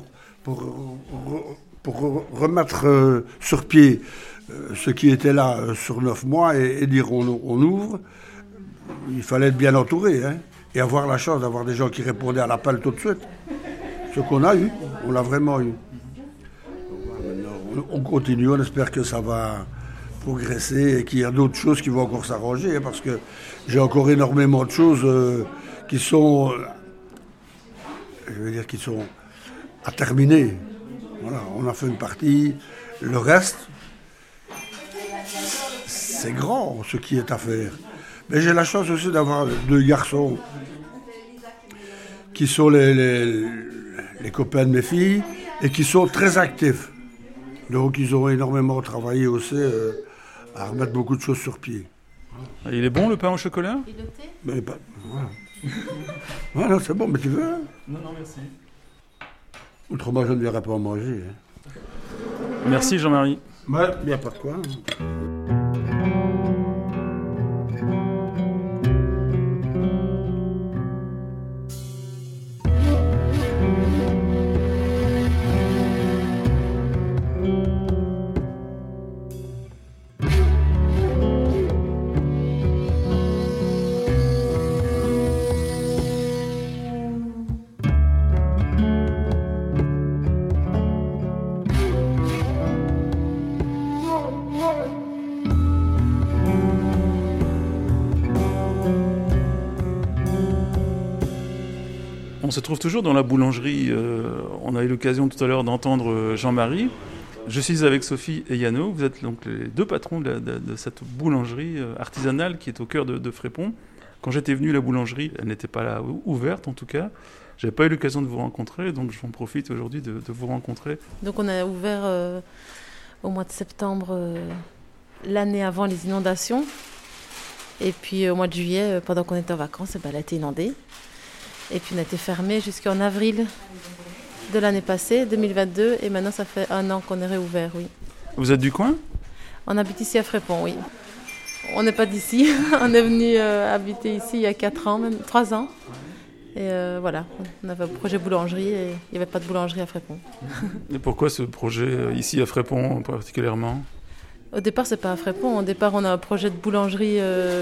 pour remettre sur pied ce qui était là sur 9 mois et dire on ouvre. Il fallait être bien entouré, hein, et avoir la chance d'avoir des gens qui répondaient à l'appel tout de suite. Ce qu'on a eu, on l'a vraiment eu. On continue, on espère que ça va progresser et qu'il y a d'autres choses qui vont encore s'arranger, hein, parce que j'ai encore énormément de choses qui sont à terminer. Voilà, on a fait une partie, le reste, c'est grand ce qui est à faire. Mais j'ai la chance aussi d'avoir 2 garçons qui sont les copains de mes filles et qui sont très actifs. Donc ils ont énormément travaillé aussi à remettre beaucoup de choses sur pied. Il est bon le pain au chocolat? Et le thé? Mais pas, voilà. Voilà, c'est bon, mais tu veux? Non, merci. Autrement, je ne viendrai pas en manger. Hein. Merci Jean-Marie. Ouais, il n'y a pas de quoi. On se trouve toujours dans la boulangerie. On a eu l'occasion tout à l'heure d'entendre Jean-Marie. Je suis avec Sophie et Yano. Vous êtes donc les 2 patrons de cette boulangerie artisanale qui est au cœur de Frépon. Quand j'étais venu, la boulangerie, elle n'était pas là, ouverte en tout cas. Je n'avais pas eu l'occasion de vous rencontrer, donc j'en profite aujourd'hui de vous rencontrer. Donc on a ouvert au mois de septembre, l'année avant les inondations. Et puis au mois de juillet, pendant qu'on était en vacances, elle a été inondée. Et puis on a été fermé jusqu'en avril de l'année passée, 2022. Et maintenant, ça fait 1 an qu'on est réouvert, oui. Vous êtes du coin ? On habite ici à Frépont, oui. On n'est pas d'ici. On est venu habiter ici il y a 4 ans, même 3 ans. Et voilà, on avait un projet boulangerie et il n'y avait pas de boulangerie à Frépont. Et pourquoi ce projet ici à Frépont particulièrement ? Au départ, c'est pas à Frépont. Au départ, on a un projet de boulangerie,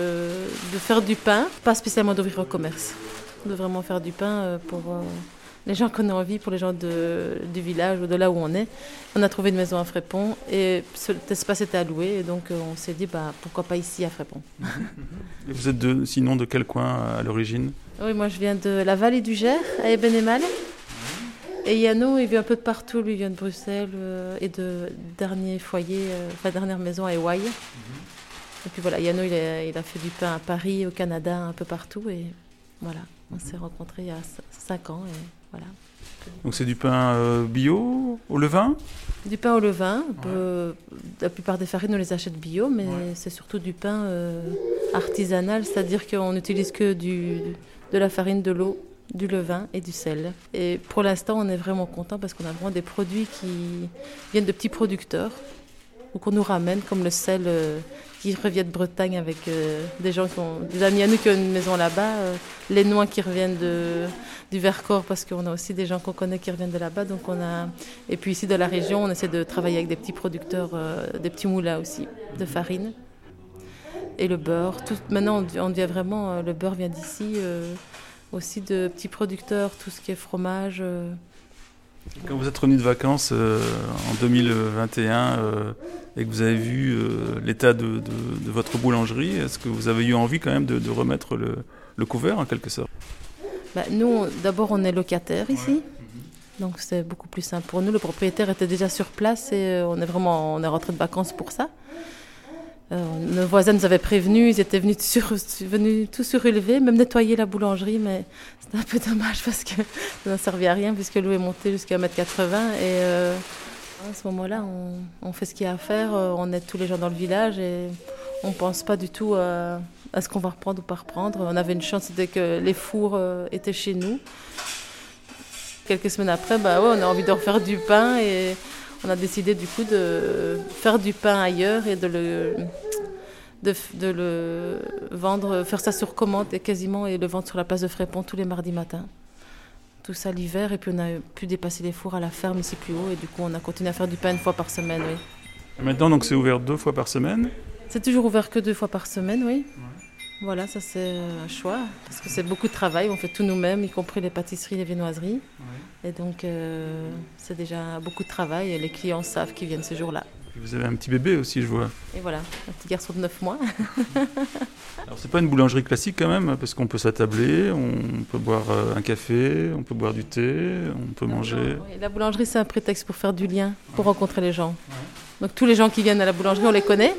de faire du pain, pas spécialement d'ouvrir un commerce. De vraiment faire du pain pour les gens qu'on a envie, pour les gens du village ou de là où on est. On a trouvé une maison à Frépont et cet espace était alloué. Et donc, on s'est dit, pourquoi pas ici à Frépont. Et vous êtes sinon de quel coin à l'origine ? Oui, moi je viens de la vallée du Gers, à Eben-et-Mal. Et Yano, il vient un peu de partout. Lui, il vient de Bruxelles et de dernier foyer, dernière maison à Ewaï. Et puis voilà, Yano, il a fait du pain à Paris, au Canada, un peu partout. Et voilà, on s'est rencontrés il y a 5 ans. Et voilà. Donc c'est du pain bio, au levain ? Du pain au levain. La plupart des farines, on les achète bio, mais c'est surtout du pain artisanal, c'est-à-dire qu'on n'utilise que de la farine, de l'eau, du levain et du sel. Et pour l'instant, on est vraiment content parce qu'on a vraiment des produits qui viennent de petits producteurs ou qu'on nous ramène, comme le sel qui revient de Bretagne avec des gens des amis à nous qui ont une maison là-bas, les noix qui reviennent du Vercors parce qu'on a aussi des gens qu'on connaît qui reviennent de là-bas. Donc et puis ici, de la région, on essaie de travailler avec des petits producteurs, des petits moulins aussi, de farine. Et le beurre. Maintenant, on devient vraiment... le beurre vient d'ici, aussi de petits producteurs, tout ce qui est fromage. Quand vous êtes revenu de vacances en 2021 et que vous avez vu l'état de votre boulangerie, est-ce que vous avez eu envie quand même de remettre le couvert en quelque sorte ? Nous, d'abord, on est locataires ici. Donc c'est beaucoup plus simple pour nous. Le propriétaire était déjà sur place et on est rentré de vacances pour ça. Nos voisins nous avaient prévenus, ils étaient venus tout surélever, même nettoyer la boulangerie, mais c'était un peu dommage parce que ça n'a servi à rien puisque l'eau est montée jusqu'à 1,80 m. Et à ce moment-là, on fait ce qu'il y a à faire, on aide tous les gens dans le village et on ne pense pas du tout à ce qu'on va reprendre ou pas reprendre. On avait une chance, c'était que les fours étaient chez nous. Quelques semaines après, on a envie de refaire du pain et on a décidé du coup de faire du pain ailleurs et de le vendre, faire ça sur commande et le vendre sur la place de Frépont tous les mardis matins. Tout ça l'hiver et puis on a pu dépasser les fours à la ferme ici plus haut et du coup on a continué à faire du pain 1 fois par semaine, oui. Et maintenant donc c'est ouvert 2 fois par semaine ? C'est toujours ouvert que 2 fois par semaine, oui. Voilà, ça c'est un choix parce que c'est beaucoup de travail, on fait tout nous-mêmes, y compris les pâtisseries, les viennoiseries. Et donc c'est déjà beaucoup de travail et les clients savent qu'ils viennent ce jour-là. Vous avez un petit bébé aussi, je vois. Et voilà, un petit garçon de 9 mois. Alors c'est pas une boulangerie classique quand même, parce qu'on peut s'attabler, on peut boire un café, on peut boire du thé, on peut manger. Oui, la boulangerie c'est un prétexte pour faire du lien, pour rencontrer les gens. Donc tous les gens qui viennent à la boulangerie, on les connaît.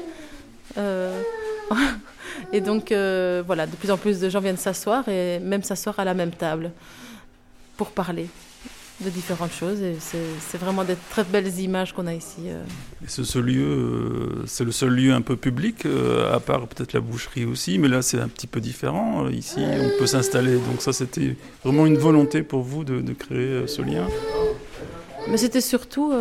Et donc voilà, de plus en plus de gens viennent s'asseoir et même s'asseoir à la même table pour parler de différentes choses. Et c'est vraiment des très belles images qu'on a ici. Et ce lieu, c'est le seul lieu un peu public, à part peut-être la boucherie aussi, mais là c'est un petit peu différent. Ici, on peut s'installer. Donc ça, c'était vraiment une volonté pour vous de créer ce lien. Mais c'était surtout...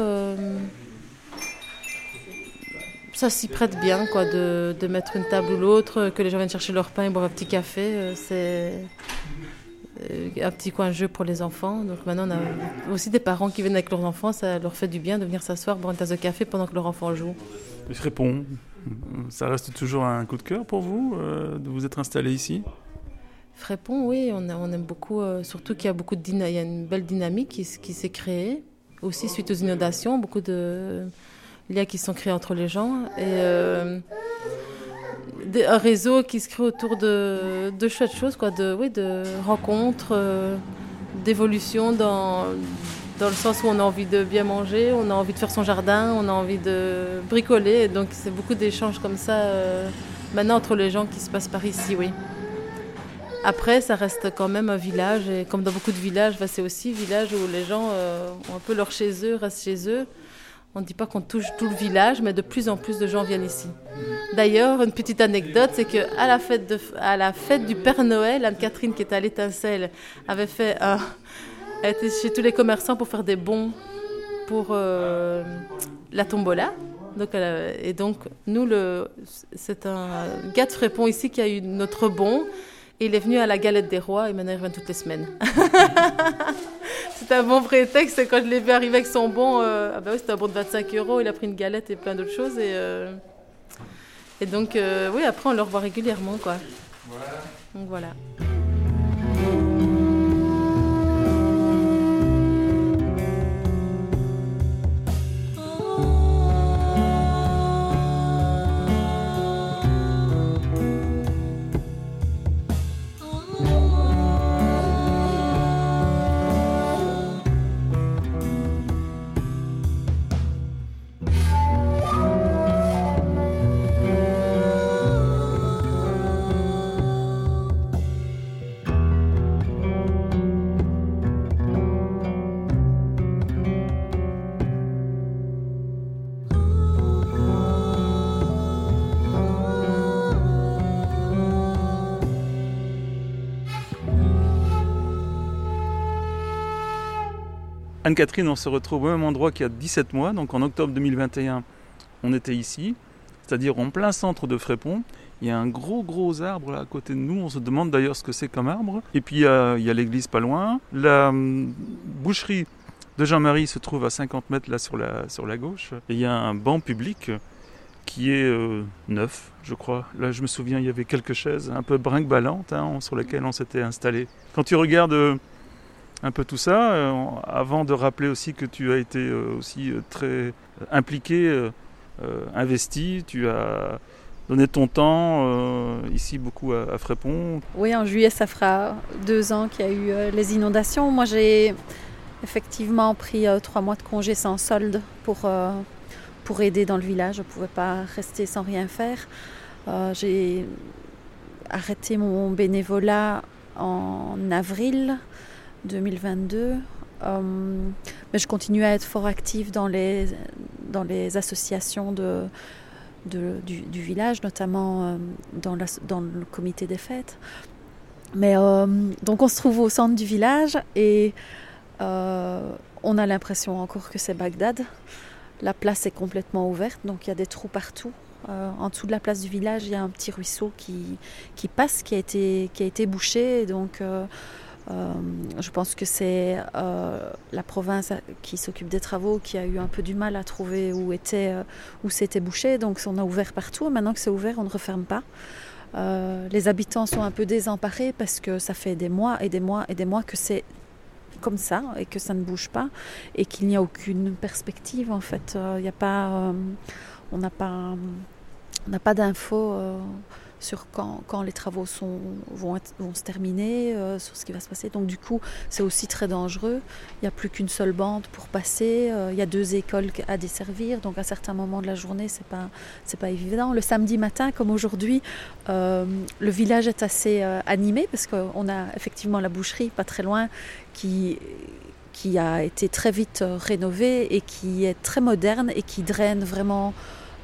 ça s'y prête bien, quoi, de mettre une table ou l'autre, que les gens viennent chercher leur pain et boire un petit café. C'est un petit coin de jeu pour les enfants. Donc maintenant, on a aussi des parents qui viennent avec leurs enfants. Ça leur fait du bien de venir s'asseoir, boire une tasse de café pendant que leur enfant joue. Frépont, ça reste toujours un coup de cœur pour vous, de vous être installé ici ? Frépont, oui, on aime beaucoup, surtout qu'il y a il y a une belle dynamique qui s'est créée. Aussi, suite aux inondations, beaucoup de liens qui sont créés entre les gens et un réseau qui se crée autour de chouettes choses, quoi, de rencontres, d'évolution dans le sens où on a envie de bien manger, on a envie de faire son jardin, on a envie de bricoler. Et donc c'est beaucoup d'échanges comme ça maintenant entre les gens qui se passent par ici, oui. Après, ça reste quand même un village, et comme dans beaucoup de villages, c'est aussi un village où les gens ont un peu leur chez eux, restent chez eux. On ne dit pas qu'on touche tout le village, mais de plus en plus de gens viennent ici. D'ailleurs, une petite anecdote, c'est qu'à la fête du Père Noël, Anne-Catherine, qui était à l'Étincelle, elle était chez tous les commerçants pour faire des bons pour la tombola. Donc, nous, c'est un gars de Frépont ici qui a eu notre bon. Et il est venu à la galette des rois et maintenant il revient toutes les semaines. C'était un bon prétexte. Et quand je l'ai vu arriver avec son bon, c'était un bon de 25 €. Il a pris une galette et plein d'autres choses. Et donc, après, on le revoit régulièrement, quoi. Voilà. Donc, voilà. Anne-Catherine, on se retrouve au même endroit qu'il y a 17 mois, donc en octobre 2021, on était ici, c'est-à-dire en plein centre de Frépont. Il y a un gros arbre là à côté de nous, on se demande d'ailleurs ce que c'est comme arbre. Et puis il y a l'église pas loin. La boucherie de Jean-Marie se trouve à 50 mètres là sur la gauche. Et il y a un banc public qui est neuf, je crois. Là, je me souviens, il y avait quelques chaises un peu brinque-ballantes sur lesquelles on s'était installé. Quand tu regardes un peu tout ça, avant de rappeler aussi que tu as été aussi très impliqué, investi, tu as donné ton temps ici beaucoup à Frépont. Oui, en juillet, ça fera 2 ans qu'il y a eu les inondations. Moi, j'ai effectivement pris 3 mois de congé sans solde pour aider dans le village. Je ne pouvais pas rester sans rien faire. J'ai arrêté mon bénévolat en avril 2022, mais je continue à être fort active dans les associations du village, notamment dans le comité des fêtes. Mais donc on se trouve au centre du village et on a l'impression encore que c'est Bagdad. La place est complètement ouverte, donc il y a des trous partout. En dessous de la place du village, il y a un petit ruisseau qui passe, qui a été bouché. Donc je pense que c'est la province qui s'occupe des travaux qui a eu un peu du mal à trouver où c'était bouché. Donc on a ouvert partout. Maintenant que c'est ouvert, on ne referme pas. Les habitants sont un peu désemparés parce que ça fait des mois et des mois et des mois que c'est comme ça et que ça ne bouge pas et qu'il n'y a aucune perspective en fait. On n'a pas d'infos sur quand les travaux vont se terminer, sur ce qui va se passer. Donc du coup, c'est aussi très dangereux. Il n'y a plus qu'une seule bande pour passer. Il y a 2 écoles à desservir. Donc à certains moments de la journée, c'est pas évident. Le samedi matin, comme aujourd'hui, le village est assez animé parce qu'on a effectivement la boucherie pas très loin qui a été très vite rénovée et qui est très moderne et qui draine vraiment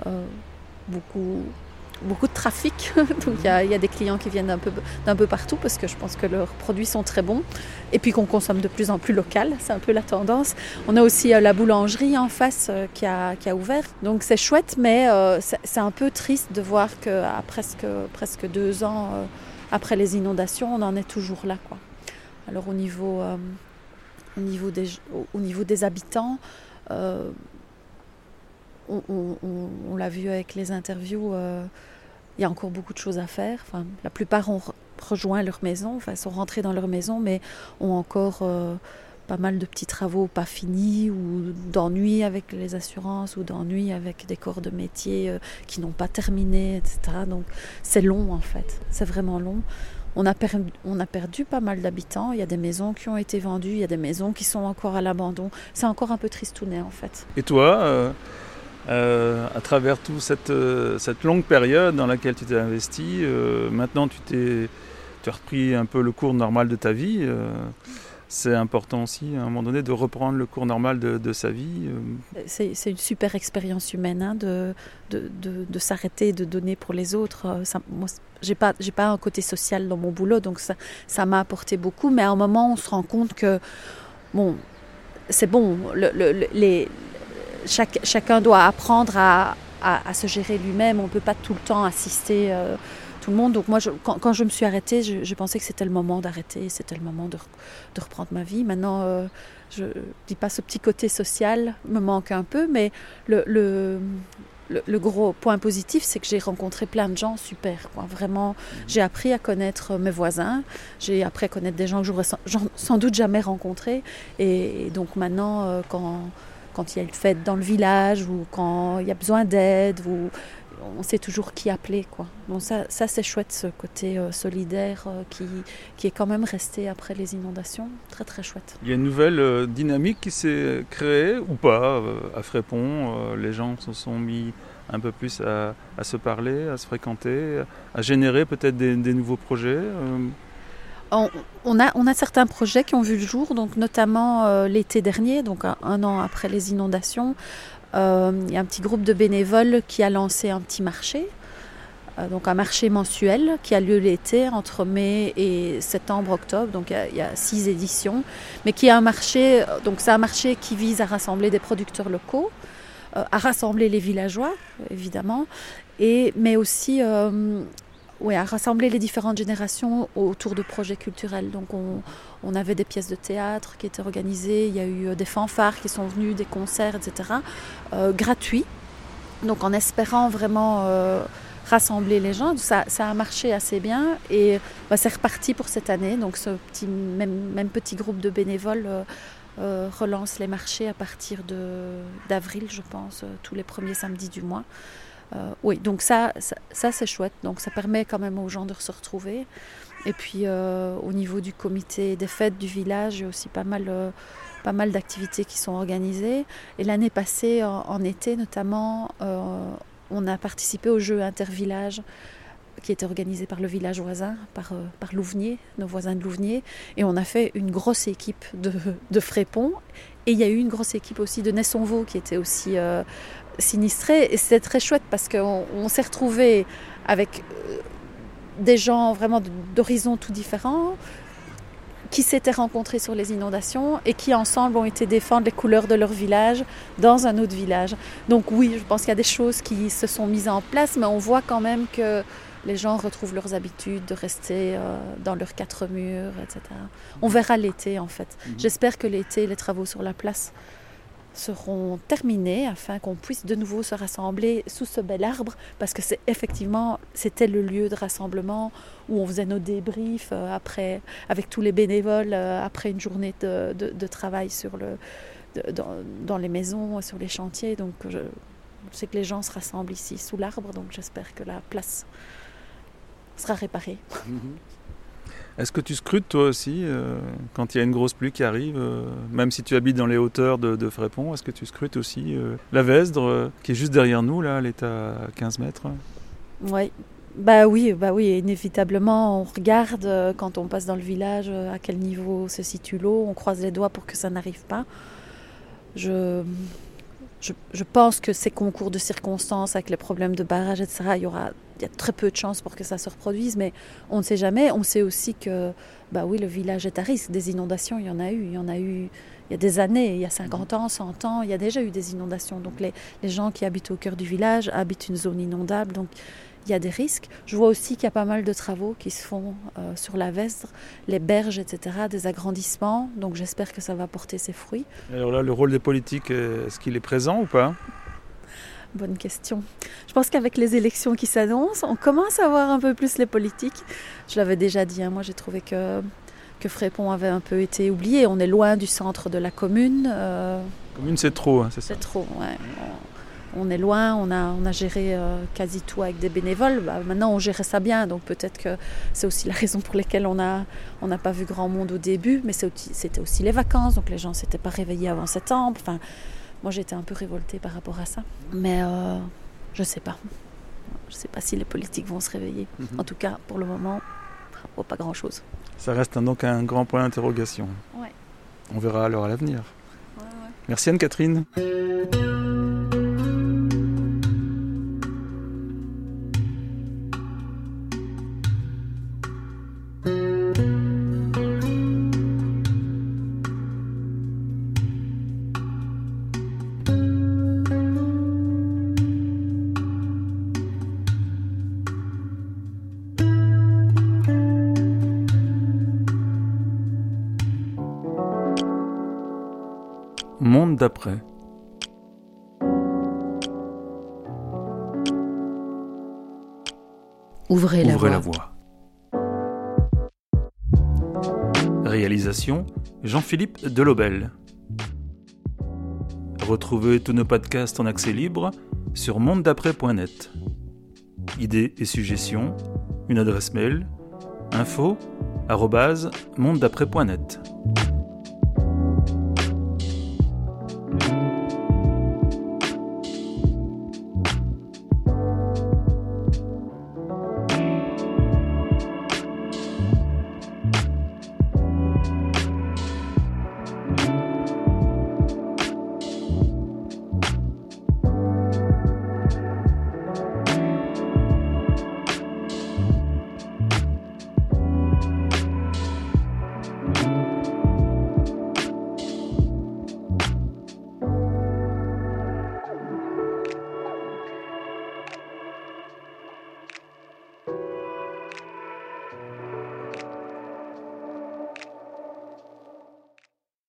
beaucoup de trafic. Donc il y a des clients qui viennent d'un peu partout parce que je pense que leurs produits sont très bons et puis qu'on consomme de plus en plus local, c'est un peu la tendance. On a aussi la boulangerie en face qui a ouvert, donc c'est chouette, mais c'est un peu triste de voir qu'à presque 2 ans après les inondations, on en est toujours là, quoi. Alors au niveau des habitants, on l'a vu avec les interviews, il y a encore beaucoup de choses à faire. Enfin, la plupart ont rejoint leur maison, sont rentrés dans leur maison, mais ont encore pas mal de petits travaux pas finis ou d'ennuis avec les assurances ou d'ennuis avec des corps de métier qui n'ont pas terminé, etc. Donc c'est long en fait, c'est vraiment long. On a perdu pas mal d'habitants, il y a des maisons qui ont été vendues, il y a des maisons qui sont encore à l'abandon. C'est encore un peu tristounet en fait. Et toi, à travers toute cette longue période dans laquelle tu t'es investi, maintenant tu tu as repris un peu le cours normal de ta vie. C'est important aussi, à un moment donné, de reprendre le cours normal de sa vie. C'est une super expérience humaine, hein, de s'arrêter, de donner pour les autres. Moi, j'ai pas un côté social dans mon boulot, donc ça m'a apporté beaucoup. Mais à un moment, on se rend compte que, bon, c'est bon, chacun doit apprendre à se gérer lui-même. On ne peut pas tout le temps assister tout le monde. Donc moi, quand je me suis arrêtée, je pensais que c'était le moment d'arrêter, c'était le moment de reprendre ma vie. Maintenant, je ne dis pas ce petit côté social me manque un peu, mais le gros point positif, c'est que j'ai rencontré plein de gens super, quoi. Vraiment, j'ai appris à connaître mes voisins, j'ai appris à connaître des gens que j'aurais sans doute jamais rencontrés. Et donc maintenant, quand il y a une fête dans le village ou quand il y a besoin d'aide, on sait toujours qui appeler, quoi. Donc ça c'est chouette, ce côté solidaire qui est quand même resté après les inondations. Très très chouette. Il y a une nouvelle dynamique qui s'est créée ou pas à Frépont. Les gens se sont mis un peu plus à se parler, à se fréquenter, à générer peut-être des nouveaux projets. On a certains projets qui ont vu le jour, donc notamment l'été dernier, donc un an après les inondations. Il y a un petit groupe de bénévoles qui a lancé un petit marché, donc un marché mensuel qui a lieu l'été entre mai et septembre-octobre, donc il y a 6 éditions, mais qui est un marché, donc c'est un marché qui vise à rassembler des producteurs locaux, à rassembler les villageois évidemment, mais aussi à rassembler les différentes générations autour de projets culturels. Donc on avait des pièces de théâtre qui étaient organisées, il y a eu des fanfares qui sont venus, des concerts, etc. Gratuits. Donc en espérant vraiment rassembler les gens, ça a marché assez bien et c'est reparti pour cette année. Donc ce même petit groupe de bénévoles relance les marchés à partir d'avril, je pense, tous les premiers samedis du mois. Oui, donc ça c'est chouette. Donc ça permet quand même aux gens de se retrouver. Et puis au niveau du comité des fêtes du village, il y a aussi pas mal d'activités qui sont organisées. Et l'année passée, en été notamment, on a participé au jeu intervillage qui était organisé par le village voisin, par Louvenier, nos voisins de Louvenier. Et on a fait une grosse équipe de Frépont. Et il y a eu une grosse équipe aussi de Nessonvaux qui était aussi sinistrée. Et c'était très chouette parce qu'on s'est retrouvés avec des gens vraiment d'horizons tout différents qui s'étaient rencontrés sur les inondations et qui ensemble ont été défendre les couleurs de leur village dans un autre village. Donc oui, je pense qu'il y a des choses qui se sont mises en place, mais on voit quand même que les gens retrouvent leurs habitudes de rester dans leurs 4 murs, etc. On verra l'été en fait. J'espère que l'été, les travaux sur la place seront terminés afin qu'on puisse de nouveau se rassembler sous ce bel arbre parce que c'était le lieu de rassemblement où on faisait nos débriefs avec tous les bénévoles après une journée de travail dans les maisons, sur les chantiers. Donc je sais que les gens se rassemblent ici sous l'arbre, donc j'espère que la place sera réparée. Est-ce que tu scrutes toi aussi quand il y a une grosse pluie qui arrive, même si tu habites dans les hauteurs de Frépont, est-ce que tu scrutes aussi la Vesdre qui est juste derrière nous, là, elle est à 15 mètres? Oui. Bah oui, inévitablement on regarde quand on passe dans le village à quel niveau se situe l'eau, on croise les doigts pour que ça n'arrive pas. Je pense que ces concours de circonstances avec les problèmes de barrage, etc., il y a très peu de chances pour que ça se reproduise, mais on ne sait jamais. On sait aussi que le village est à risque. Des inondations, il y en a eu il y a des années, il y a 50 ans, 100 ans, il y a déjà eu des inondations. Donc les gens qui habitent au cœur du village habitent une zone inondable, donc il y a des risques. Je vois aussi qu'il y a pas mal de travaux qui se font sur la Vesdre, les berges, etc., des agrandissements. Donc j'espère que ça va porter ses fruits. Alors là, le rôle des politiques, est-ce qu'il est présent ou pas ? Bonne question. Je pense qu'avec les élections qui s'annoncent, on commence à voir un peu plus les politiques. Je l'avais déjà dit, moi j'ai trouvé que Frépont avait un peu été oublié. On est loin du centre de la commune. Commune, c'est trop, c'est ça ? C'est trop, ouais. On est loin, on a géré quasi tout avec des bénévoles. Maintenant, on gérait ça bien, donc peut-être que c'est aussi la raison pour laquelle on n'a pas vu grand monde au début. Mais c'était aussi les vacances, donc les gens ne s'étaient pas réveillés avant septembre. Enfin, moi, j'étais un peu révoltée par rapport à ça. Mais je ne sais pas. Je ne sais pas si les politiques vont se réveiller. En tout cas, pour le moment, vaut pas grand-chose. Ça reste donc un grand point d'interrogation. Ouais. On verra alors à l'avenir. Ouais. Merci Anne-Catherine. Monde d'après. Ouvrez la Ouvrez voie. la voie. Réalisation Jean-Philippe Delobel. Retrouvez tous nos podcasts en accès libre sur mondedaprès.net. Idées et suggestions, une adresse mail info@mondedaprès.net.